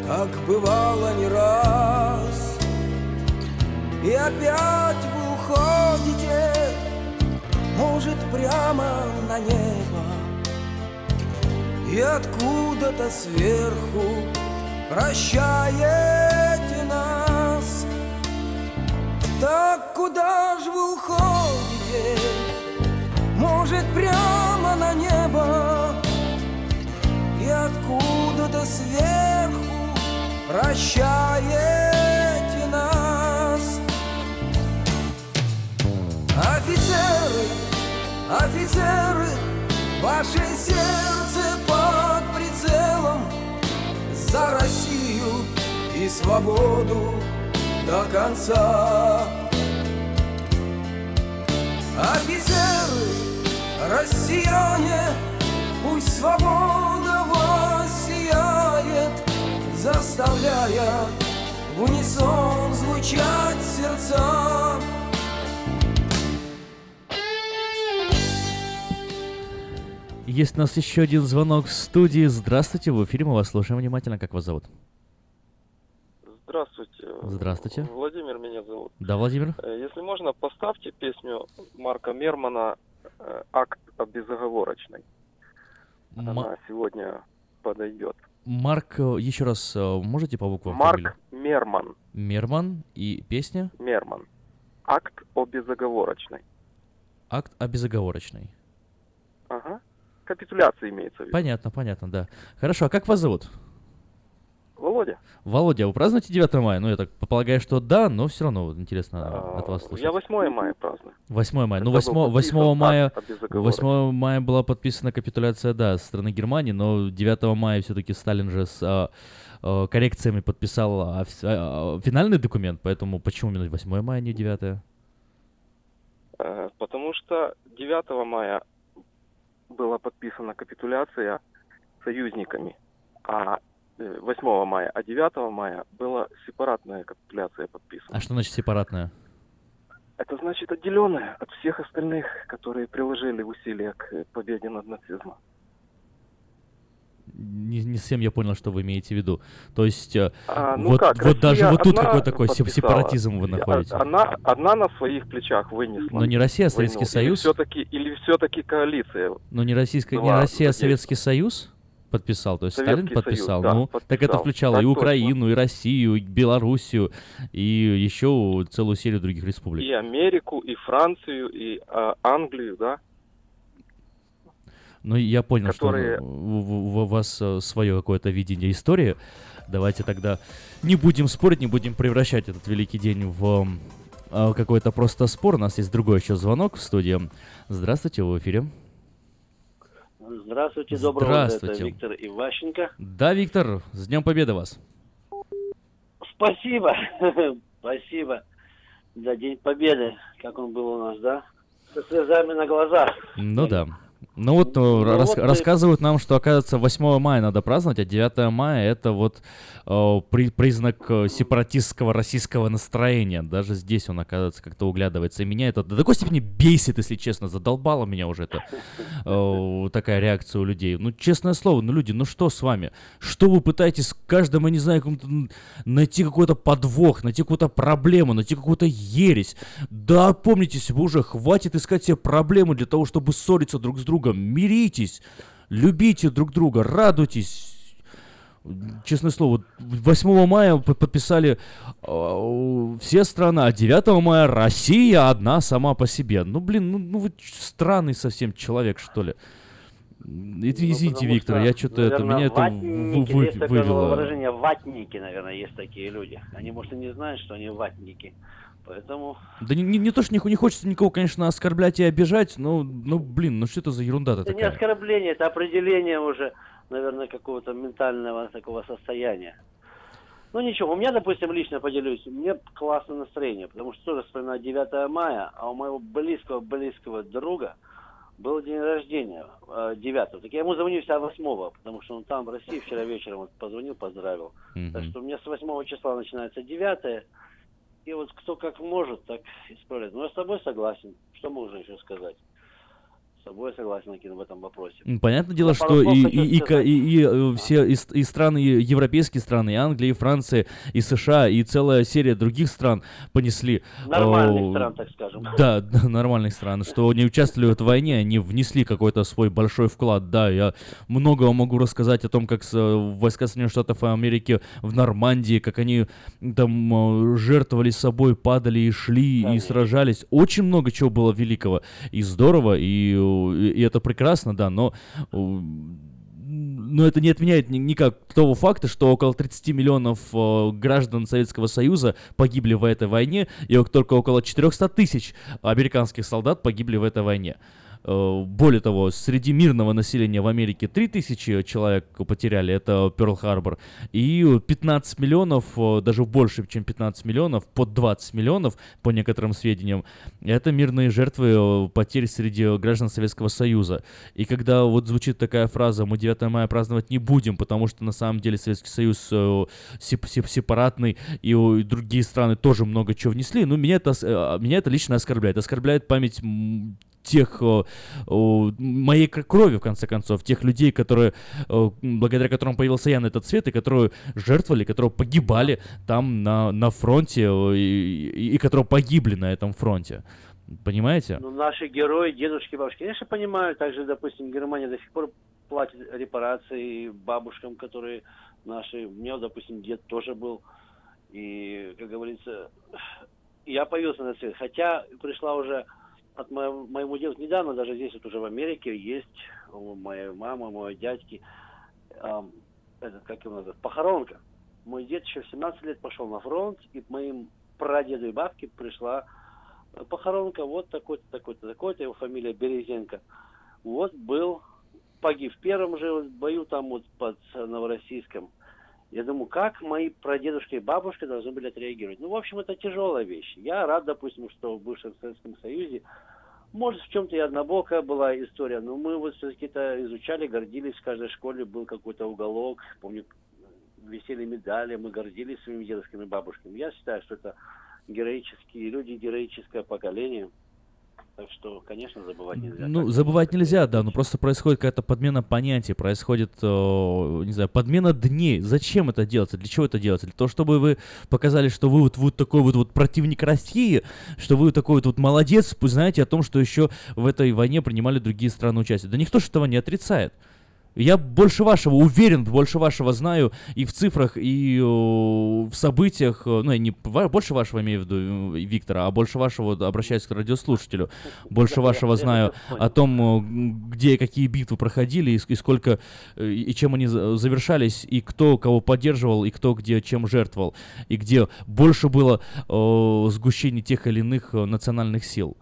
как бывало не раз. И опять вы уходите, может, прямо на небо, и откуда-то сверху прощаете нас. Так куда же вы уходите? Может, прямо на небо, и откуда-то сверху прощаете нас. Офицеры, офицеры, ваше сердце под прицелом, за Россию и свободу до конца. Офицеры, россияне, пусть свобода вас сияет, заставляя в унисон звучать сердца. Есть у нас еще один звонок в студии. Здравствуйте, в эфире, мы вас слушаем внимательно. Как вас зовут? Здравствуйте. Здравствуйте. Владимир меня зовут. Да, Владимир. Если можно, поставьте песню Марка Мермана «Акт безоговорочный». М- Она сегодня подойдет. Марк, еще раз, можете по буквам? Марк фамилию? Мерман. Мерман и песня? Мерман. «Акт о безоговорочной». Акт о безоговорочной. Ага. Капитуляция имеется в виду. Понятно, понятно, да. Хорошо, а как вас зовут? Володя. Володя, вы празднуете девятое мая? Ну, я так полагаю, что да, но все равно вот интересно а, от вас слушать. Я восьмое мая праздную. восьмое мая. Ну, Это был восьмого мая, подписан восьмого мая была подписана капитуляция, да, со стороны Германии, но девятого мая все-таки Сталин же с а, а, коррекциями подписал а, а, а, финальный документ, поэтому почему именно восьмое мая, а не девятое? Э, потому что девятого мая была подписана капитуляция союзниками, а восьмого мая, а девятого мая была сепаратная капитуляция подписана. А что значит сепаратная? Это значит отделенная от всех остальных, которые приложили усилия к победе над нацизмом. Не, не совсем я понял, что вы имеете в виду. То есть, а, ну вот, как, вот даже вот тут какой такой подписала. сепаратизм вы находите. Она, одна на своих плечах вынесла. Но не Россия, а Советский войну. Союз? Или все-таки, или все-таки коалиция? Но не, российская, не Россия, а Советский Союз подписал? То есть Советский Сталин подписал? Союз, да, ну, подписал. Так это включало так и точно. Украину, и Россию, и Белоруссию, и еще целую серию других республик. И Америку, и Францию, и а, Англию, да? Ну, я понял, которые... что у, у вас свое какое-то видение истории. Давайте тогда не будем спорить, не будем превращать этот великий день в э, какой-то просто спор. У нас есть другой еще звонок в студии. Здравствуйте, вы в эфире. Здравствуйте, доброго Здравствуйте. утра, это Виктор Иващенко. Да, Виктор, с Днем Победы вас. Спасибо, спасибо за День Победы, как он был у нас, да? Со слезами на глазах. Ну да. Ну вот, ну, рас, вот рассказывают нам, что, оказывается, восьмое мая надо праздновать, а девятое мая это вот э, при, признак сепаратистского российского настроения. Даже здесь он, оказывается, как-то углядывается. И меня это до такой степени бесит, если честно, задолбало меня уже это, э, такая реакция у людей. Ну, честное слово, ну, люди, ну что с вами? Что вы пытаетесь каждому, я не знаю, найти какой-то подвох, найти какую-то проблему, найти какую-то ересь? Да, опомнитесь вы уже, хватит искать себе проблемы для того, чтобы ссориться друг с другом. Миритесь, любите друг друга, радуйтесь. Честное слово, восьмого мая подписали э, все страны, а девятого мая Россия одна сама по себе. Ну, блин, ну, ну вы странный совсем человек, что ли. Извините, ну, Виктор, я что-то это, меня это ватники, вы, есть такое вывело. выражение, ватники, наверное, есть такие люди. Они, может, и не знают, что они ватники. Поэтому... Да не, не, не то, что не, не хочется никого, конечно, оскорблять и обижать, но, ну, блин, ну что это за ерунда-то Это такая? не оскорбление, это определение уже, наверное, какого-то ментального такого состояния. Ну ничего, у меня, допустим, лично поделюсь, у меня классное настроение, потому что тоже вспоминаю девятое мая, а у моего близкого-близкого друга был день рождения девятого. Так я ему звоню всегда восьмого, потому что он там в России вчера вечером вот позвонил, поздравил. Mm-hmm. Так что у меня с восьмого числа начинается девятое. И вот кто как может, так исправляет. Но я с тобой согласен. Что можно еще сказать? собой согласен, Акин, в этом вопросе. Понятное дело, На что пару слов и, хочу и, и, сказать. и, и, э, все и, с- и страны, и европейские страны, и Англия, и Франция, и США, и целая серия других стран понесли... Нормальных э, стран, так скажем. Да, да, нормальных стран, что не участвовали в этой войне, они внесли какой-то свой большой вклад. Да, я много могу рассказать о том, как с, э, войска Соединенных Штатов Америки в Нормандии, как они там э, жертвовали собой, падали и шли, и сражались. Очень много чего было великого и здорово, и, э, и это прекрасно, да, но... э, Но это не отменяет ни- никак того факта, что около тридцать миллионов э, граждан Советского Союза погибли в этой войне, и ок- только около четыреста тысяч американских солдат погибли в этой войне. Э, Более того, среди мирного населения в Америке три тысячи человек потеряли, это Пёрл-Харбор, и пятнадцать миллионов, э, даже больше, чем пятнадцать миллионов, под двадцать миллионов, по некоторым сведениям, это мирные жертвы э, потерь среди граждан Советского Союза. И когда вот звучит такая фраза «мы девятое мая праздновать не будем, потому что на самом деле Советский Союз э, сеп- сеп- сепаратный, и, э, и другие страны тоже много чего внесли», ну, меня это, ос- э, меня это лично оскорбляет. Оскорбляет память м, тех, э, э, моей кр- крови, в конце концов, тех людей, которые, э, благодаря которым появился я на этот свет, и которые жертвовали, которые погибали там на, на фронте, э, и, и, и которые погибли на этом фронте. Понимаете? Ну, наши герои, дедушки, бабушки, конечно, понимаю. Также, допустим, Германия до сих пор платит репарации бабушкам, которые наши... У меня, допустим, дед тоже был. И, как говорится, я появился на свет. Хотя пришла уже от моего, моему деду недавно, даже здесь вот уже в Америке есть у моей мамы, у моего дядьки, эм, этот, как его называют, похоронка. Мой дед еще в семнадцать лет пошел на фронт, и к моим прадеду и бабке пришла похоронка, вот такой-то, такой-то, такой-то, его фамилия Березенко. Вот был, погиб в первом же вот бою там вот под Новороссийском. Я думаю, как мои прадедушки и бабушка должны были отреагировать. Ну, в общем, это тяжелая вещь. Я рад, допустим, что в бывшем Советском Союзе, может, в чем-то и однобокая была история, но мы вот все-таки это изучали, гордились. В каждой школе был какой-то уголок, помню, висели медали, мы гордились своими дедушками и бабушками. Я считаю, что это героические люди, героическое поколение. Так что, конечно, забывать нельзя. Ну, забывать нельзя, да, но просто происходит какая-то подмена понятий, происходит, э, не знаю, подмена дней. Зачем это делается? Для чего это делается? Для того, чтобы вы показали, что вы вот, вот такой вот, вот противник России, что вы такой вот, вот молодец, пусть знаете о том, что еще в этой войне принимали другие страны участие. Да никто же этого не отрицает. Я больше вашего уверен, больше вашего знаю и в цифрах, и э, в событиях, э, ну, я не ва- больше вашего имею в виду, э, Виктора, а больше вашего, вот, обращаюсь к радиослушателю, больше вашего знаю о том, э, где и какие битвы проходили, и, с- и сколько, э, и чем они за- завершались, и кто кого поддерживал, и кто где чем жертвовал, и где больше было э, сгущений тех или иных э, национальных сил.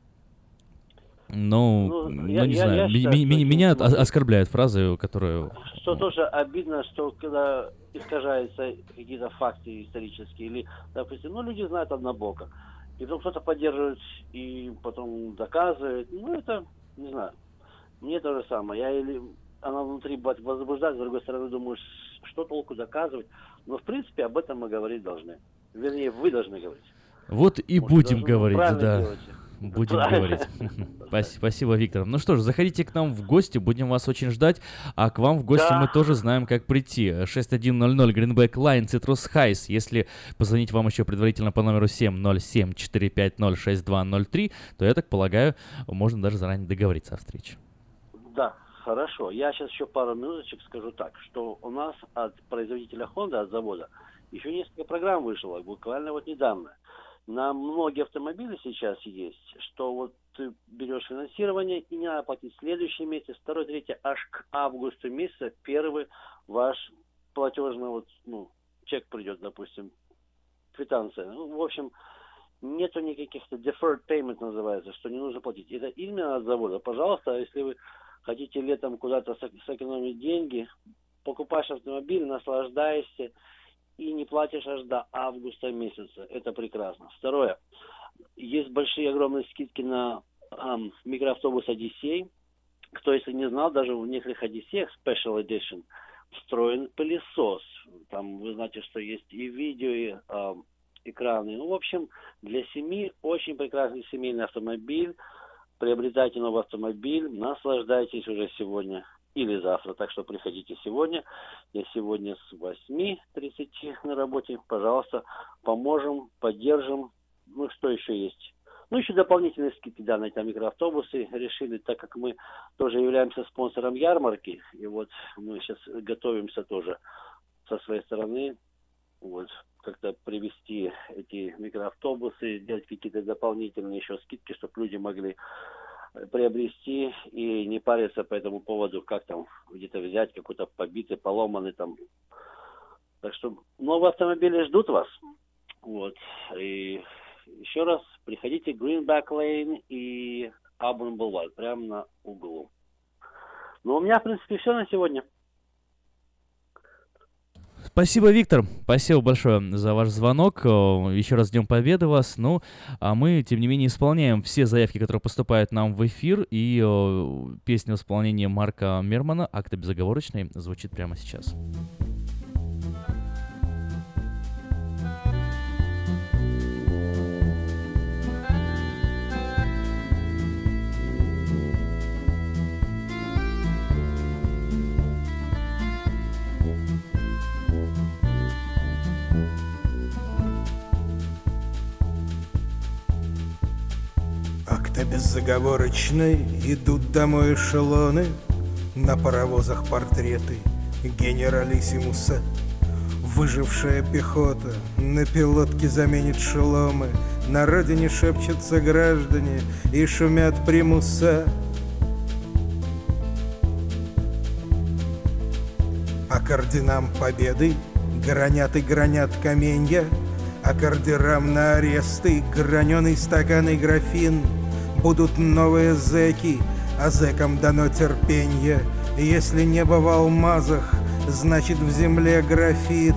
Ну, Ну, ну, я- не я- знаю, я ми- считаю, ми- что ми- это меня вот- о- оскорбляют фразы, которые... Что тоже обидно, что когда искажаются какие-то факты исторические, или, допустим, ну, люди знают однобоко, и потом кто-то поддерживает и потом доказывает, ну, это, не знаю, мне то же самое. Я или она внутри бывает возбуждает, с другой стороны думаешь, что толку доказывать, но, в принципе, об этом мы говорить должны. Вернее, вы должны говорить. Вот и Может, будем должны- говорить, правильно да. делаете. Будем Правильно. говорить. Спас- Спасибо, Виктор. Ну что ж, заходите к нам в гости, будем вас очень ждать. А к вам в гости Да. мы тоже знаем, как прийти. шесть один ноль ноль Greenback Line, Citrus Heights. Если позвонить вам еще предварительно по номеру семь ноль семь четыре пять ноль шесть два ноль три, то, я так полагаю, можно даже заранее договориться о встрече. Да, хорошо. Я сейчас еще пару минуточек скажу так, что у нас от производителя Honda, от завода, еще несколько программ вышло, буквально вот недавно. На многие автомобили сейчас есть, что вот ты берешь финансирование и не надо платить следующий месяц, второй, третий, аж к августу месяца первый ваш платежный вот, ну, чек придет, допустим, квитанция. Ну, в общем, нету никаких-то deferred payment называется, что не нужно платить. Это именно от завода. Пожалуйста, если вы хотите летом куда-то сэк- сэкономить деньги, покупаешь автомобиль, наслаждаешься и не платишь аж до августа месяца. Это прекрасно. Второе. Есть большие огромные скидки на эм, микроавтобус Одиссей. Кто, если не знал, даже в некоторых Одиссеях Special Edition встроен пылесос. Там вы знаете, что есть и видео, и эм, экраны. Ну, в общем, для семьи очень прекрасный семейный автомобиль. приобретайте новый автомобиль, наслаждайтесь уже сегодня или завтра. Так что приходите сегодня. Я сегодня с восьми тридцати на работе. Пожалуйста, поможем, поддержим. Ну, что еще есть? Ну, еще дополнительные скидки, да, на эти микроавтобусы решили, так как мы тоже являемся спонсором ярмарки. И вот мы сейчас готовимся тоже со своей стороны вот как-то привести эти микроавтобусы, сделать какие-то дополнительные еще скидки, чтобы люди могли приобрести и не париться по этому поводу, как там где-то взять какой-то побитый, поломанный там. Так что новые автомобили ждут вас. Вот. И еще раз приходите Greenback Lane и Auburn Boulevard, прямо на углу. Ну, у меня, в принципе, все на сегодня. Спасибо, Виктор. Спасибо большое за ваш звонок. Еще раз Днем Победы вас. Ну, а мы, тем не менее, исполняем все заявки, которые поступают нам в эфир. И о, песня в исполнении Марка Мермана «Акты безоговорочной» звучит прямо сейчас. Акты безоговорочной, идут домой эшелоны, на паровозах портреты генералиссимуса. Выжившая пехота на пилотке заменит шеломы, на родине шепчутся граждане и шумят примуса. А к орденам победы гранят и гранят каменья, а к ордерам на аресты граненый стакан и графин. Будут новые зэки, а зэкам дано терпенье. Если небо в алмазах, значит в земле графит.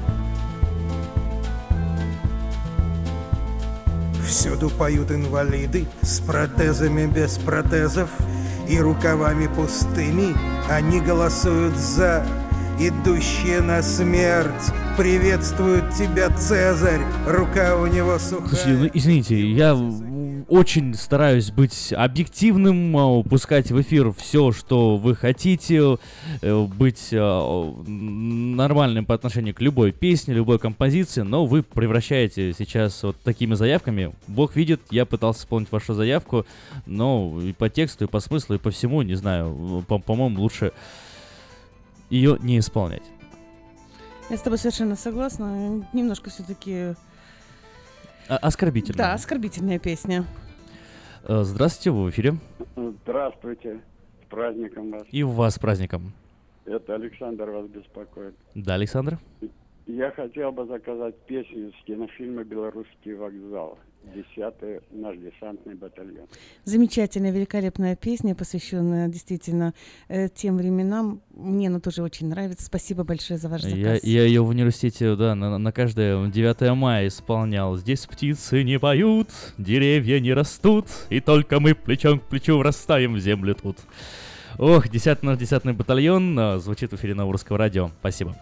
Всюду поют инвалиды с протезами без протезов и рукавами пустыми. Они голосуют за идущие на смерть. Приветствует тебя Цезарь, рука у него сухая. Слушайте, ну извините, я очень стараюсь быть объективным, пускать в эфир все, что вы хотите, быть нормальным по отношению к любой песне, любой композиции, но вы превращаете сейчас вот такими заявками. Бог видит, я пытался исполнить вашу заявку, но и по тексту, и по смыслу, и по всему, не знаю, по- по-моему, лучше ее не исполнять. Я с тобой совершенно согласна. Немножко все-таки... А- оскорбительная. Да, оскорбительная песня. Здравствуйте, вы в эфире. Здравствуйте, с праздником вас. И вас с праздником. Это Александр вас беспокоит. Да, Александр? Я хотел бы заказать песню из кинофильма «Белорусский вокзал». Десятый наш десантный батальон. Замечательная, великолепная песня, посвященная действительно э, тем временам. Мне она тоже очень нравится. Спасибо большое за ваш заказ. Я, я ее в университете, да, на, на каждое девятое мая исполнял. Здесь птицы не поют, деревья не растут, и только мы плечом к плечу врастаем в землю тут. Ох, десятый наш десантный батальон а, звучит в эфире Нового Русского радио. Спасибо.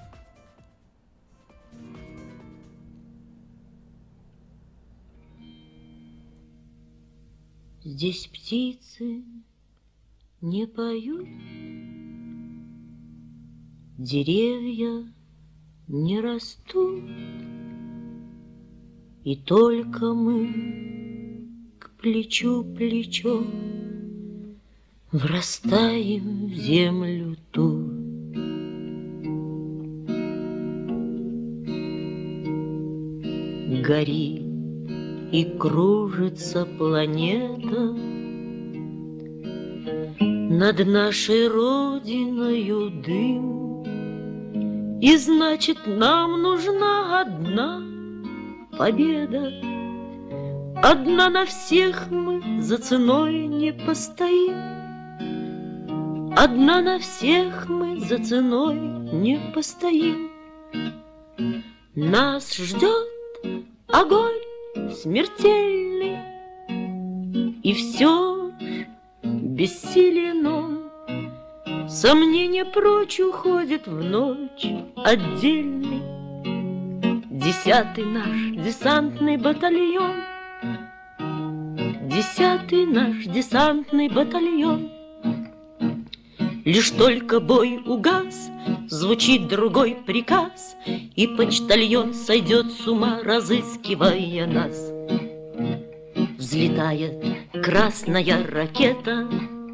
Здесь птицы не поют, деревья не растут, и только мы к плечу плечо врастаем в землю тут. Гори и кружится планета над нашей родиною дым, и значит нам нужна одна победа. Одна на всех мы за ценой не постоим, одна на всех мы за ценой не постоим. Нас ждет огонь смертельный, и все бессилен он. Сомнения прочь уходят в ночь отдельный. Десятый наш десантный батальон, Десятый наш десантный батальон. Лишь только бой угас, звучит другой приказ, и почтальон сойдет с ума, разыскивая нас. Взлетает красная ракета,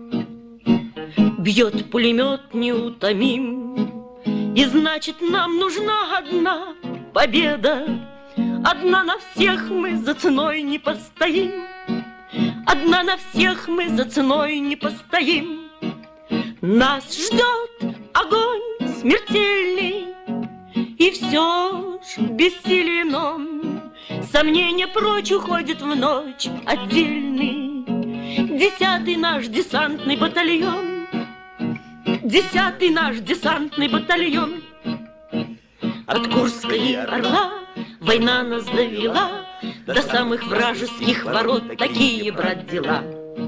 бьет пулемет неутомим, и значит нам нужна одна победа. Одна на всех мы за ценой не постоим, одна на всех мы за ценой не постоим. Нас ждет огонь смертельный, и все ж бессилен он. Сомнения прочь уходит в ночь отдельный. Десятый наш десантный батальон, десятый наш десантный батальон. От Курска и Орла война нас довела до самых вражеских ворот. Такие, брат, дела.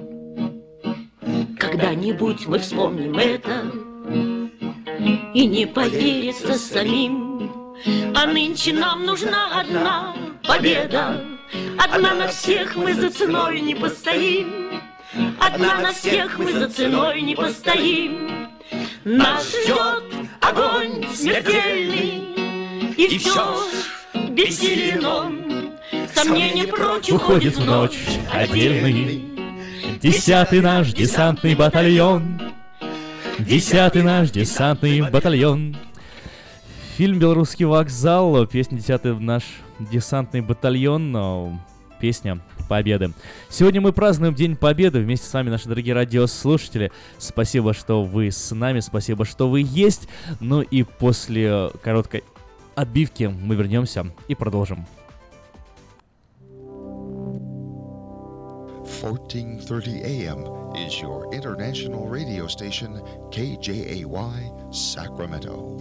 Когда-нибудь мы вспомним это и не поверится самим. А нынче нам нужна одна победа. Одна на всех мы за ценой не постоим, одна на всех мы за ценой не постоим. Нас ждет огонь смертельный, и все ж бессилен он. Сомнения прочь уходит в ночь отдельный. Десятый наш десантный батальон, десятый наш десантный батальон. Фильм «Белорусский вокзал», песня «Десятый наш десантный батальон», песня Победы. Сегодня мы празднуем День Победы вместе с вами, наши дорогие радиослушатели. Спасибо, что вы с нами, спасибо, что вы есть. Ну и после короткой отбивки мы вернемся и продолжим. fourteen thirty a m is your international radio station K J A Y Sacramento.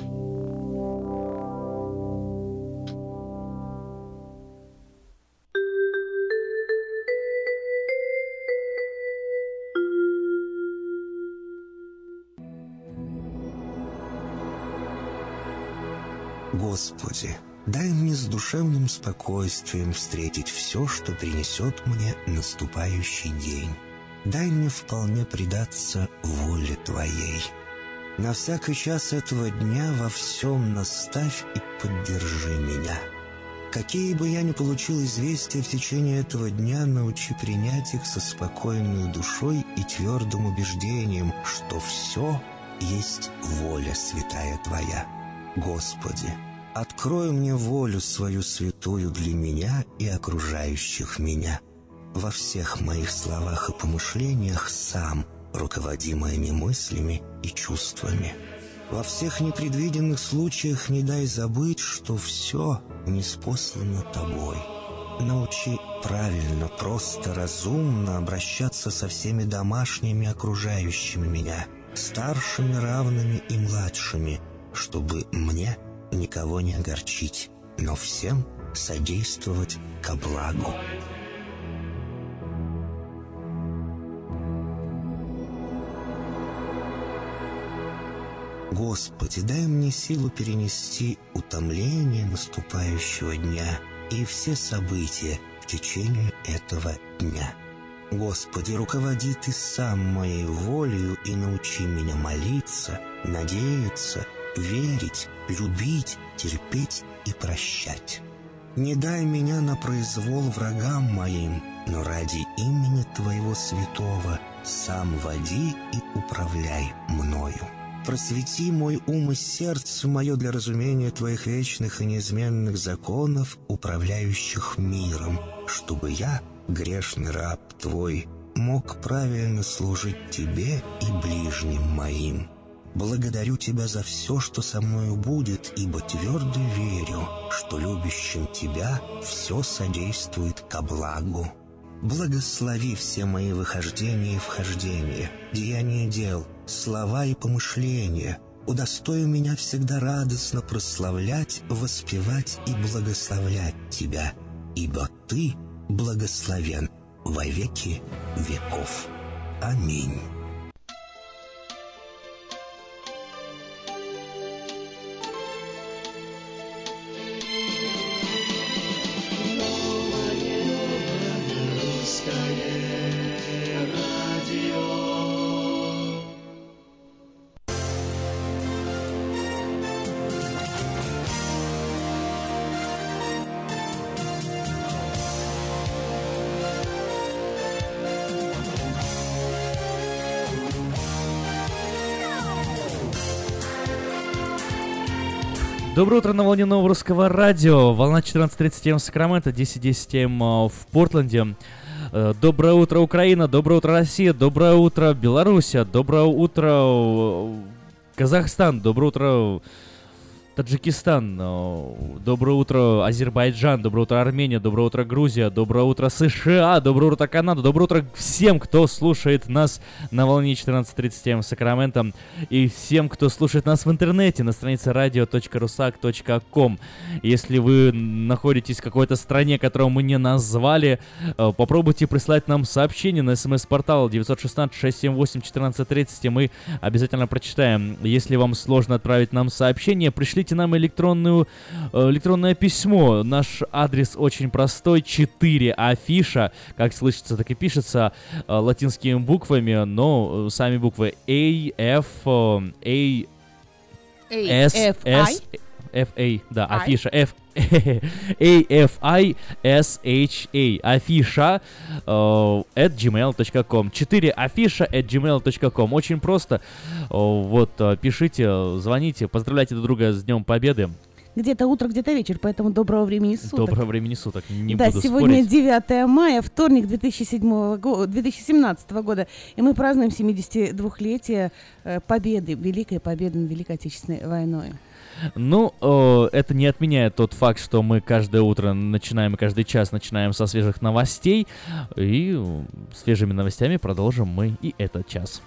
Господи, дай мне с душевным спокойствием встретить все, что принесет мне наступающий день. Дай мне вполне предаться воле Твоей. На всякий час этого дня во всем наставь и поддержи меня. Какие бы я ни получил известия в течение этого дня, научи принять их со спокойной душой и твердым убеждением, что все есть воля святая Твоя. Господи, открой мне волю свою святую для меня и окружающих меня. Во всех моих словах и помышлениях сам руководи моими мыслями и чувствами. Во всех непредвиденных случаях не дай забыть, что все ниспослано Тобой. Научи правильно, просто, разумно обращаться со всеми домашними окружающими меня, старшими, равными и младшими, чтобы мне никого не огорчить, но всем содействовать ко благу. Господи, дай мне силу перенести утомление наступающего дня и все события в течение этого дня. Господи, руководи Ты сам моей волею и научи меня молиться, надеяться, верить, любить, терпеть и прощать. Не дай меня на произвол врагам моим, но ради имени Твоего святого сам води и управляй мною. Просвети мой ум и сердце мое для разумения Твоих вечных и неизменных законов, управляющих миром, чтобы я, грешный раб Твой, мог правильно служить Тебе и ближним моим. Благодарю Тебя за все, что со мною будет, ибо твердо верю, что любящим Тебя все содействует ко благу. Благослови все мои выхождения и вхождения, деяния дел, слова и помышления. Удостой меня всегда радостно прославлять, воспевать и благословлять Тебя, ибо Ты благословен во веки веков. Аминь. Новое, русское Доброе утро на волне Нового Русского Радио. Волна четырнадцать тридцать эм в Сакраменто, десять десять эм в Портленде. Доброе утро, Украина. Доброе утро, Россия. Доброе утро, Белоруссия. Доброе утро, Казахстан. Доброе утро, Таджикистан. Доброе утро, Азербайджан. Доброе утро, Армения. Доброе утро, Грузия. Доброе утро, США. Доброе утро, Канада. Доброе утро всем, кто слушает нас на волне четырнадцать тридцать эм в Сакраменто. И всем, кто слушает нас в интернете на странице радио точка русак точка ком. Если вы находитесь в какой-то стране, которую мы не назвали, попробуйте прислать нам сообщение на смс-портал девять один шесть шесть семь восемь один четыре три ноль, и мы обязательно прочитаем. Если вам сложно отправить нам сообщение, пришлите нам электронную, электронное письмо. Наш адрес очень простой: четыре афиша, как слышится, так и пишется, латинскими буквами, но сами буквы A, F, A, S, S, F, A, да, афиша, F, A, F, I, S, H, A, афиша, uh, at gmail точка ком, четыре афиша at gmail точка ком, очень просто, uh, вот, uh, пишите, звоните, поздравляйте друг друга с Днем Победы. Где-то утро, где-то вечер, поэтому доброго времени суток. Доброго времени суток, не да, буду сегодня спорить. девятое мая, вторник две тысячи семнадцатого года, и мы празднуем семидесятидвухлетие э, победы, Великой Победы над Великой Отечественной войной. Ну, э, это не отменяет тот факт, что мы каждое утро начинаем и каждый час начинаем со свежих новостей, и э, свежими новостями продолжим мы и этот час.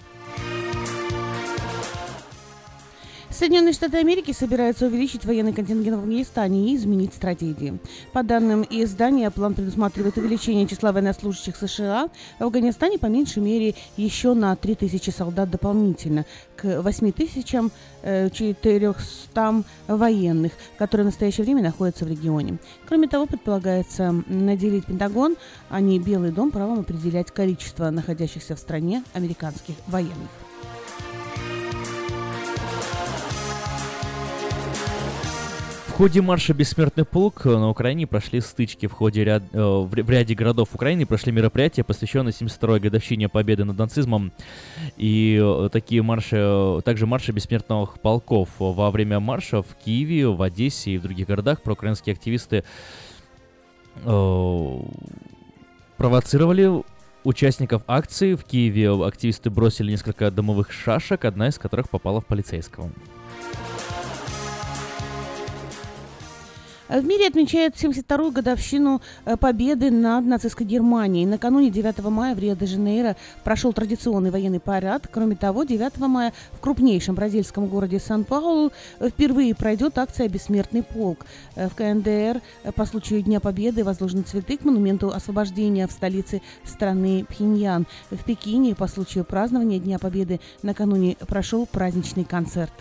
Соединенные Штаты Америки собираются увеличить военный контингент в Афганистане и изменить стратегии. По данным издания, план предусматривает увеличение числа военнослужащих США в Афганистане по меньшей мере еще на три тысячи солдат дополнительно, к восемь тысяч четырёхстам военных, которые в настоящее время находятся в регионе. Кроме того, предполагается наделить Пентагон, а не Белый дом, правом определять количество находящихся в стране американских военных. В ходе марша «Бессмертный полк» на Украине прошли стычки. В ходе ряд, э, в, в ряде городов Украины прошли мероприятия, посвященные семьдесят второй годовщине победы над нацизмом. И э, такие марши, э, также марши бессмертных полков. Во время марша в Киеве, в Одессе и в других городах проукраинские активисты э, провоцировали участников акции. В Киеве активисты бросили несколько дымовых шашек, одна из которых попала в полицейского. В мире отмечают семьдесят вторую годовщину победы над нацистской Германией. Накануне девятого мая в Рио-де-Жанейро прошел традиционный военный парад. Кроме того, девятого мая в крупнейшем бразильском городе Сан-Паулу впервые пройдет акция «Бессмертный полк». В ка эн дэ эр по случаю Дня Победы возложены цветы к монументу освобождения в столице страны Пхеньян. В Пекине по случаю празднования Дня Победы накануне прошел праздничный концерт.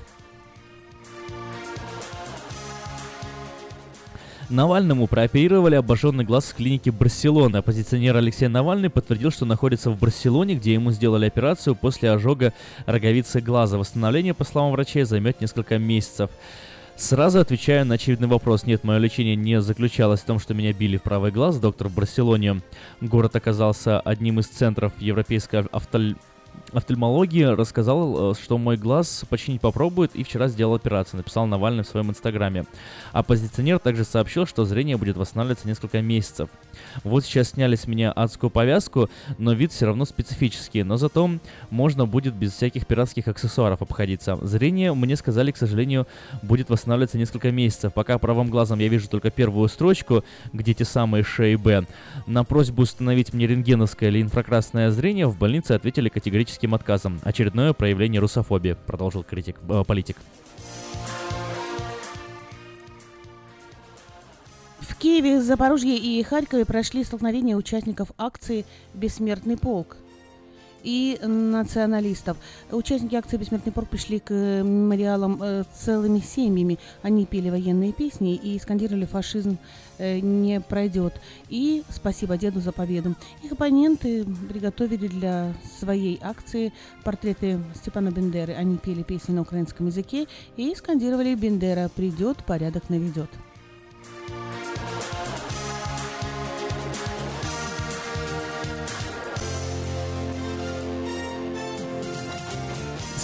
Навальному прооперировали обожженный глаз в клинике Барселоны. Оппозиционер Алексей Навальный подтвердил, что находится в Барселоне, где ему сделали операцию после ожога роговицы глаза. Восстановление, по словам врачей, займет несколько месяцев. Сразу отвечаю на очевидный вопрос. Нет, мое лечение не заключалось в том, что меня били в правый глаз. Доктор в Барселоне. Город оказался одним из центров европейской автоль... офтальмологии, рассказал, что мой глаз починить попробует, и вчера сделал операцию, написал Навальный в своем инстаграме. Оппозиционер также сообщил, что зрение будет восстанавливаться несколько месяцев. Вот сейчас сняли с меня адскую повязку, но вид все равно специфический, но зато можно будет без всяких пиратских аксессуаров обходиться. Зрение, мне сказали, к сожалению, будет восстанавливаться несколько месяцев. Пока правым глазом я вижу только первую строчку, где те самые Ш и Б. На просьбу установить мне рентгеновское или инфракрасное зрение в больнице ответили категорическим отказом. Очередное проявление русофобии, продолжил критик, э, политик. В Киеве, Запорожье и Харькове прошли столкновения участников акции «Бессмертный полк» и националистов. Участники акции «Бессмертный полк» пришли к мемориалам э, целыми семьями. Они пели военные песни и скандировали «Фашизм э, не пройдет» и «Спасибо деду за победу». Их оппоненты приготовили для своей акции портреты Степана Бендеры. Они пели песни на украинском языке и скандировали «Бендера придет, порядок наведет».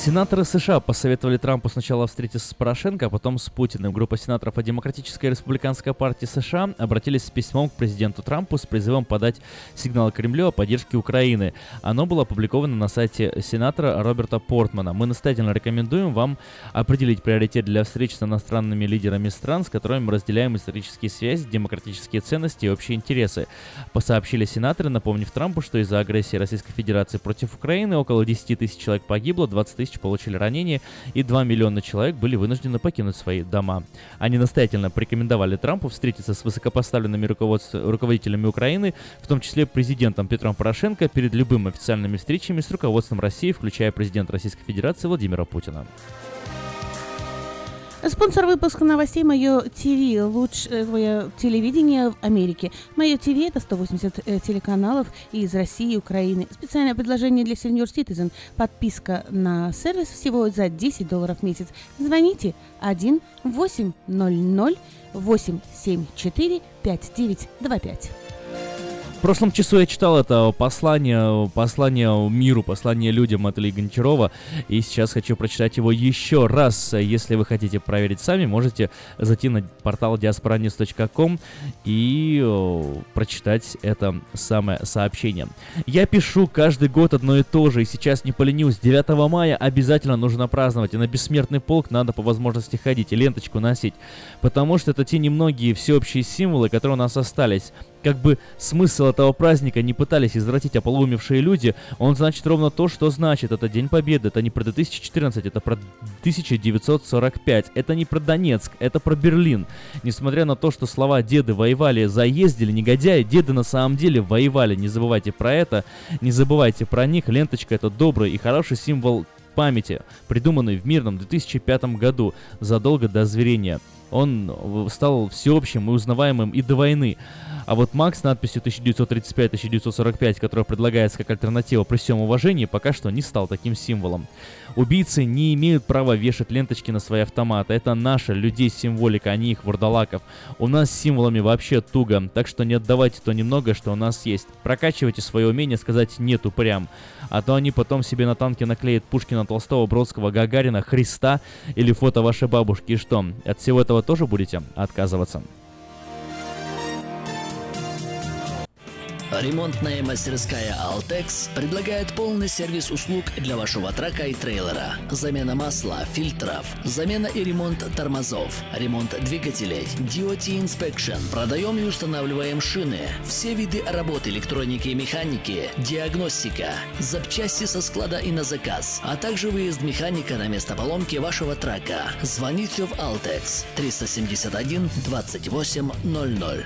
Сенаторы США посоветовали Трампу сначала встретиться с Порошенко, а потом с Путиным. Группа сенаторов от Демократической и Республиканской партии США обратились с письмом к президенту Трампу с призывом подать сигнал Кремлю о поддержке Украины. Оно было опубликовано на сайте сенатора Роберта Портмана. Мы настоятельно рекомендуем вам определить приоритет для встреч с иностранными лидерами стран, с которыми мы разделяем исторические связи, демократические ценности и общие интересы. Посообщили сенаторы, напомнив Трампу, что из-за агрессии Российской Федерации против Украины около десять тысяч человек погибло, двадцать тысяч получили ранения и два миллиона человек были вынуждены покинуть свои дома. Они настоятельно порекомендовали Трампу встретиться с высокопоставленными руководителями Украины, в том числе президентом Петром Порошенко, перед любыми официальными встречами с руководством России, включая президента Российской Федерации Владимира Путина. Спонсор выпуска новостей Мое ТВ, лучшее телевидение в Америке. Мое ТВ — это сто восемьдесят телеканалов из России и Украины. Специальное предложение для Senior Citizen. Подписка на сервис всего за десять долларов в месяц. Звоните один восемь ноль ноль восемь семь четыре пять девять два пять. В прошлом часу я читал это послание, послание миру, послание людям от Ильи Гончарова, и сейчас хочу прочитать его еще раз. Если вы хотите проверить сами, можете зайти на портал диаспора ньюс точка ком и о, прочитать это самое сообщение. Я пишу каждый год одно и то же, и сейчас не поленюсь. девятого мая обязательно нужно праздновать, и на бессмертный полк надо по возможности ходить и ленточку носить, потому что это те немногие всеобщие символы, которые у нас остались. Как бы смысл этого праздника не пытались извратить ополоумевшие люди, он значит ровно то, что значит. Это День Победы, это не про две тысячи четырнадцать, это про тысяча девятьсот сорок пять, это не про Донецк, это про Берлин. Несмотря на то, что слова «деды воевали», заездили, негодяи, деды на самом деле воевали. Не забывайте про это, не забывайте про них. Ленточка — это добрый и хороший символ памяти, придуманный в мирном две тысячи пятом году, задолго до озверения. Он стал всеобщим и узнаваемым и до войны. А вот МАК с надписью тысяча девятьсот тридцать пять — тысяча девятьсот сорок пять, которая предлагается как альтернатива при всем уважении, пока что не стал таким символом. Убийцы не имеют права вешать ленточки на свои автоматы. Это наша, людей, символика, а не их, вурдалаков. У нас с символами вообще туго, так что не отдавайте то немного, что у нас есть. Прокачивайте свое умение сказать «нет» упрям. А то они потом себе на танке наклеят Пушкина, Толстого, Бродского, Гагарина, Христа или фото вашей бабушки. И что, от всего этого тоже будете отказываться? Ремонтная мастерская «Алтекс» предлагает полный сервис услуг для вашего трака и трейлера. Замена масла, фильтров, замена и ремонт тормозов, ремонт двигателей, ди о ти Inspection. Продаем и устанавливаем шины, все виды работы электроники и механики, диагностика, запчасти со склада и на заказ, а также выезд механика на место поломки вашего трака. Звоните в «Алтекс» триста семьдесят один двадцать восемь ноль ноль.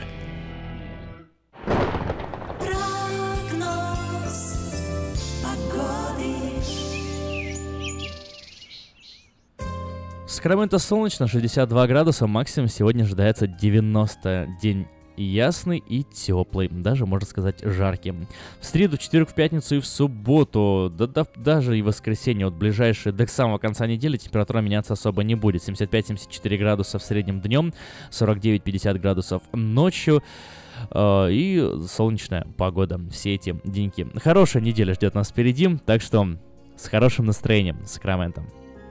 Сакраменто солнечно, шестьдесят два градуса, максимум сегодня ожидается девяносто. День ясный и теплый, даже, можно сказать, жаркий. В среду, в четверг, в пятницу и в субботу, да, да, даже и в воскресенье, вот ближайшие до самого конца недели температура меняться особо не будет. семьдесят пять - семьдесят четыре градуса в среднем днем, сорок девять - пятьдесят градусов ночью. И солнечная погода все эти деньки. Хорошая неделя ждет нас впереди, так что с хорошим настроением, Сакраменто.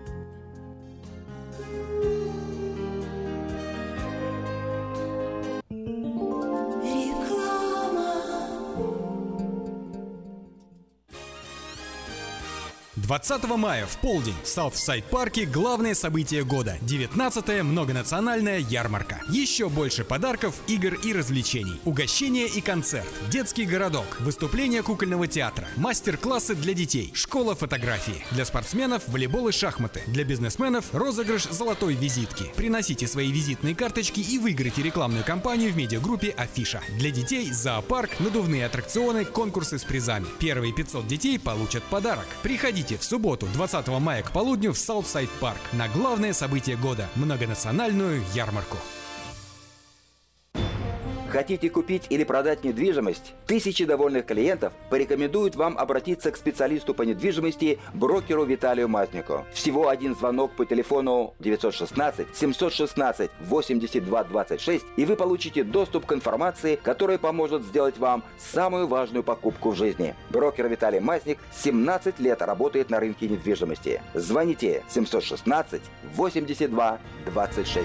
двадцатого мая в полдень в Саутсайд-парке главное событие года – девятнадцатая многонациональная ярмарка. Еще больше подарков, игр и развлечений. Угощение и концерт, детский городок, выступление кукольного театра, мастер-классы для детей, школа фотографии. Для спортсменов – волейбол и шахматы. Для бизнесменов – розыгрыш золотой визитки. Приносите свои визитные карточки и выиграйте рекламную кампанию в медиагруппе «Афиша». Для детей – зоопарк, надувные аттракционы, конкурсы с призами. Первые пятьсот детей получат подарок. Приходите в субботу, двадцатого мая к полудню в Саутсайд-парк на главное событие года – многонациональную ярмарку. Хотите купить или продать недвижимость? Тысячи довольных клиентов порекомендуют вам обратиться к специалисту по недвижимости, брокеру Виталию Мазнику. Всего один звонок по телефону девятьсот шестнадцать семьсот шестнадцать восемьдесят два двадцать шесть, и вы получите доступ к информации, которая поможет сделать вам самую важную покупку в жизни. Брокер Виталий Мазник семнадцать лет работает на рынке недвижимости. Звоните семьсот шестнадцать восемьдесят два двадцать шесть.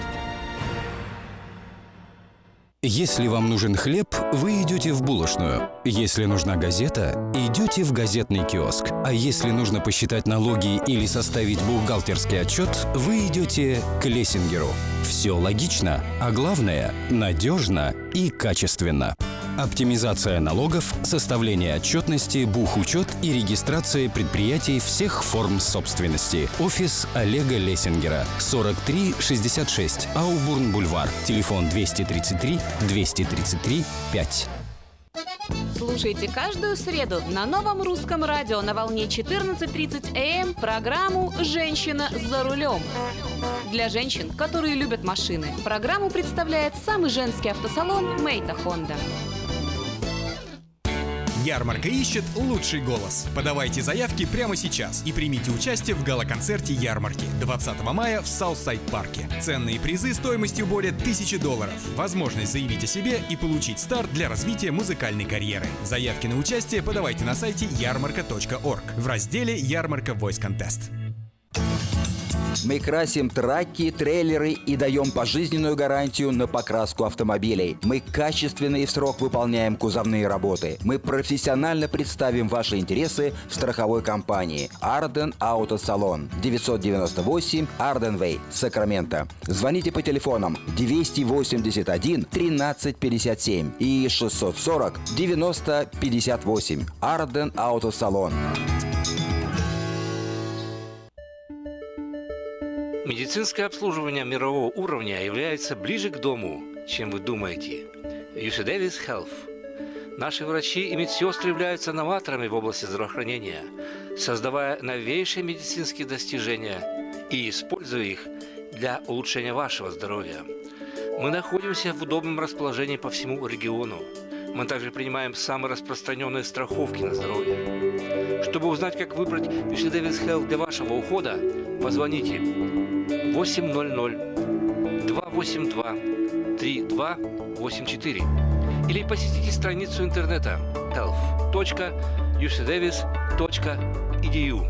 Если вам нужен хлеб, вы идете в булочную. Если нужна газета, идете в газетный киоск. А если нужно посчитать налоги или составить бухгалтерский отчет, вы идете к Лессингеру. Все логично, а главное – надежно и качественно. Оптимизация налогов, составление отчетности, бухучет и регистрация предприятий всех форм собственности. Офис Олега Лессингера. сорок три шестьдесят шесть. Аубурн-Бульвар. Телефон двести тридцать три двести тридцать три пять. Слушайте каждую среду на новом русском радио на волне четырнадцать тридцать эй эм программу «Женщина за рулем». Для женщин, которые любят машины, программу представляет самый женский автосалон «Мейта Хонда». Ярмарка ищет лучший голос. Подавайте заявки прямо сейчас и примите участие в гала-концерте ярмарки двадцатого мая в Саутсайд-парке. Ценные призы стоимостью более тысячи долларов. Возможность заявить о себе и получить старт для развития музыкальной карьеры. Заявки на участие подавайте на сайте ярмарка точка орг в разделе «Ярмарка Voice Contest». Мы красим траки, трейлеры и даем пожизненную гарантию на покраску автомобилей. Мы качественно и в срок выполняем кузовные работы. Мы профессионально представим ваши интересы в страховой компании Арден Автосалон. девятьсот девяносто восемь Арден Вей, Сакраменто. Звоните по телефонам двести восемьдесят один тринадцать пятьдесят семь и шестьсот сорок девяносто пятьдесят восемь. Арден Автосалон. Медицинское обслуживание мирового уровня является ближе к дому, чем вы думаете. ю си Davis Health. Наши врачи и медсестры являются новаторами в области здравоохранения, создавая новейшие медицинские достижения и используя их для улучшения вашего здоровья. Мы находимся в удобном расположении по всему региону. Мы также принимаем самые распространенные страховки на здоровье. Чтобы узнать, как выбрать ю си Davis Health для вашего ухода, позвоните восемь ноль ноль два восемь два три два восемь четыре или посетите страницу интернета health точка ю си davis точка и ди ю.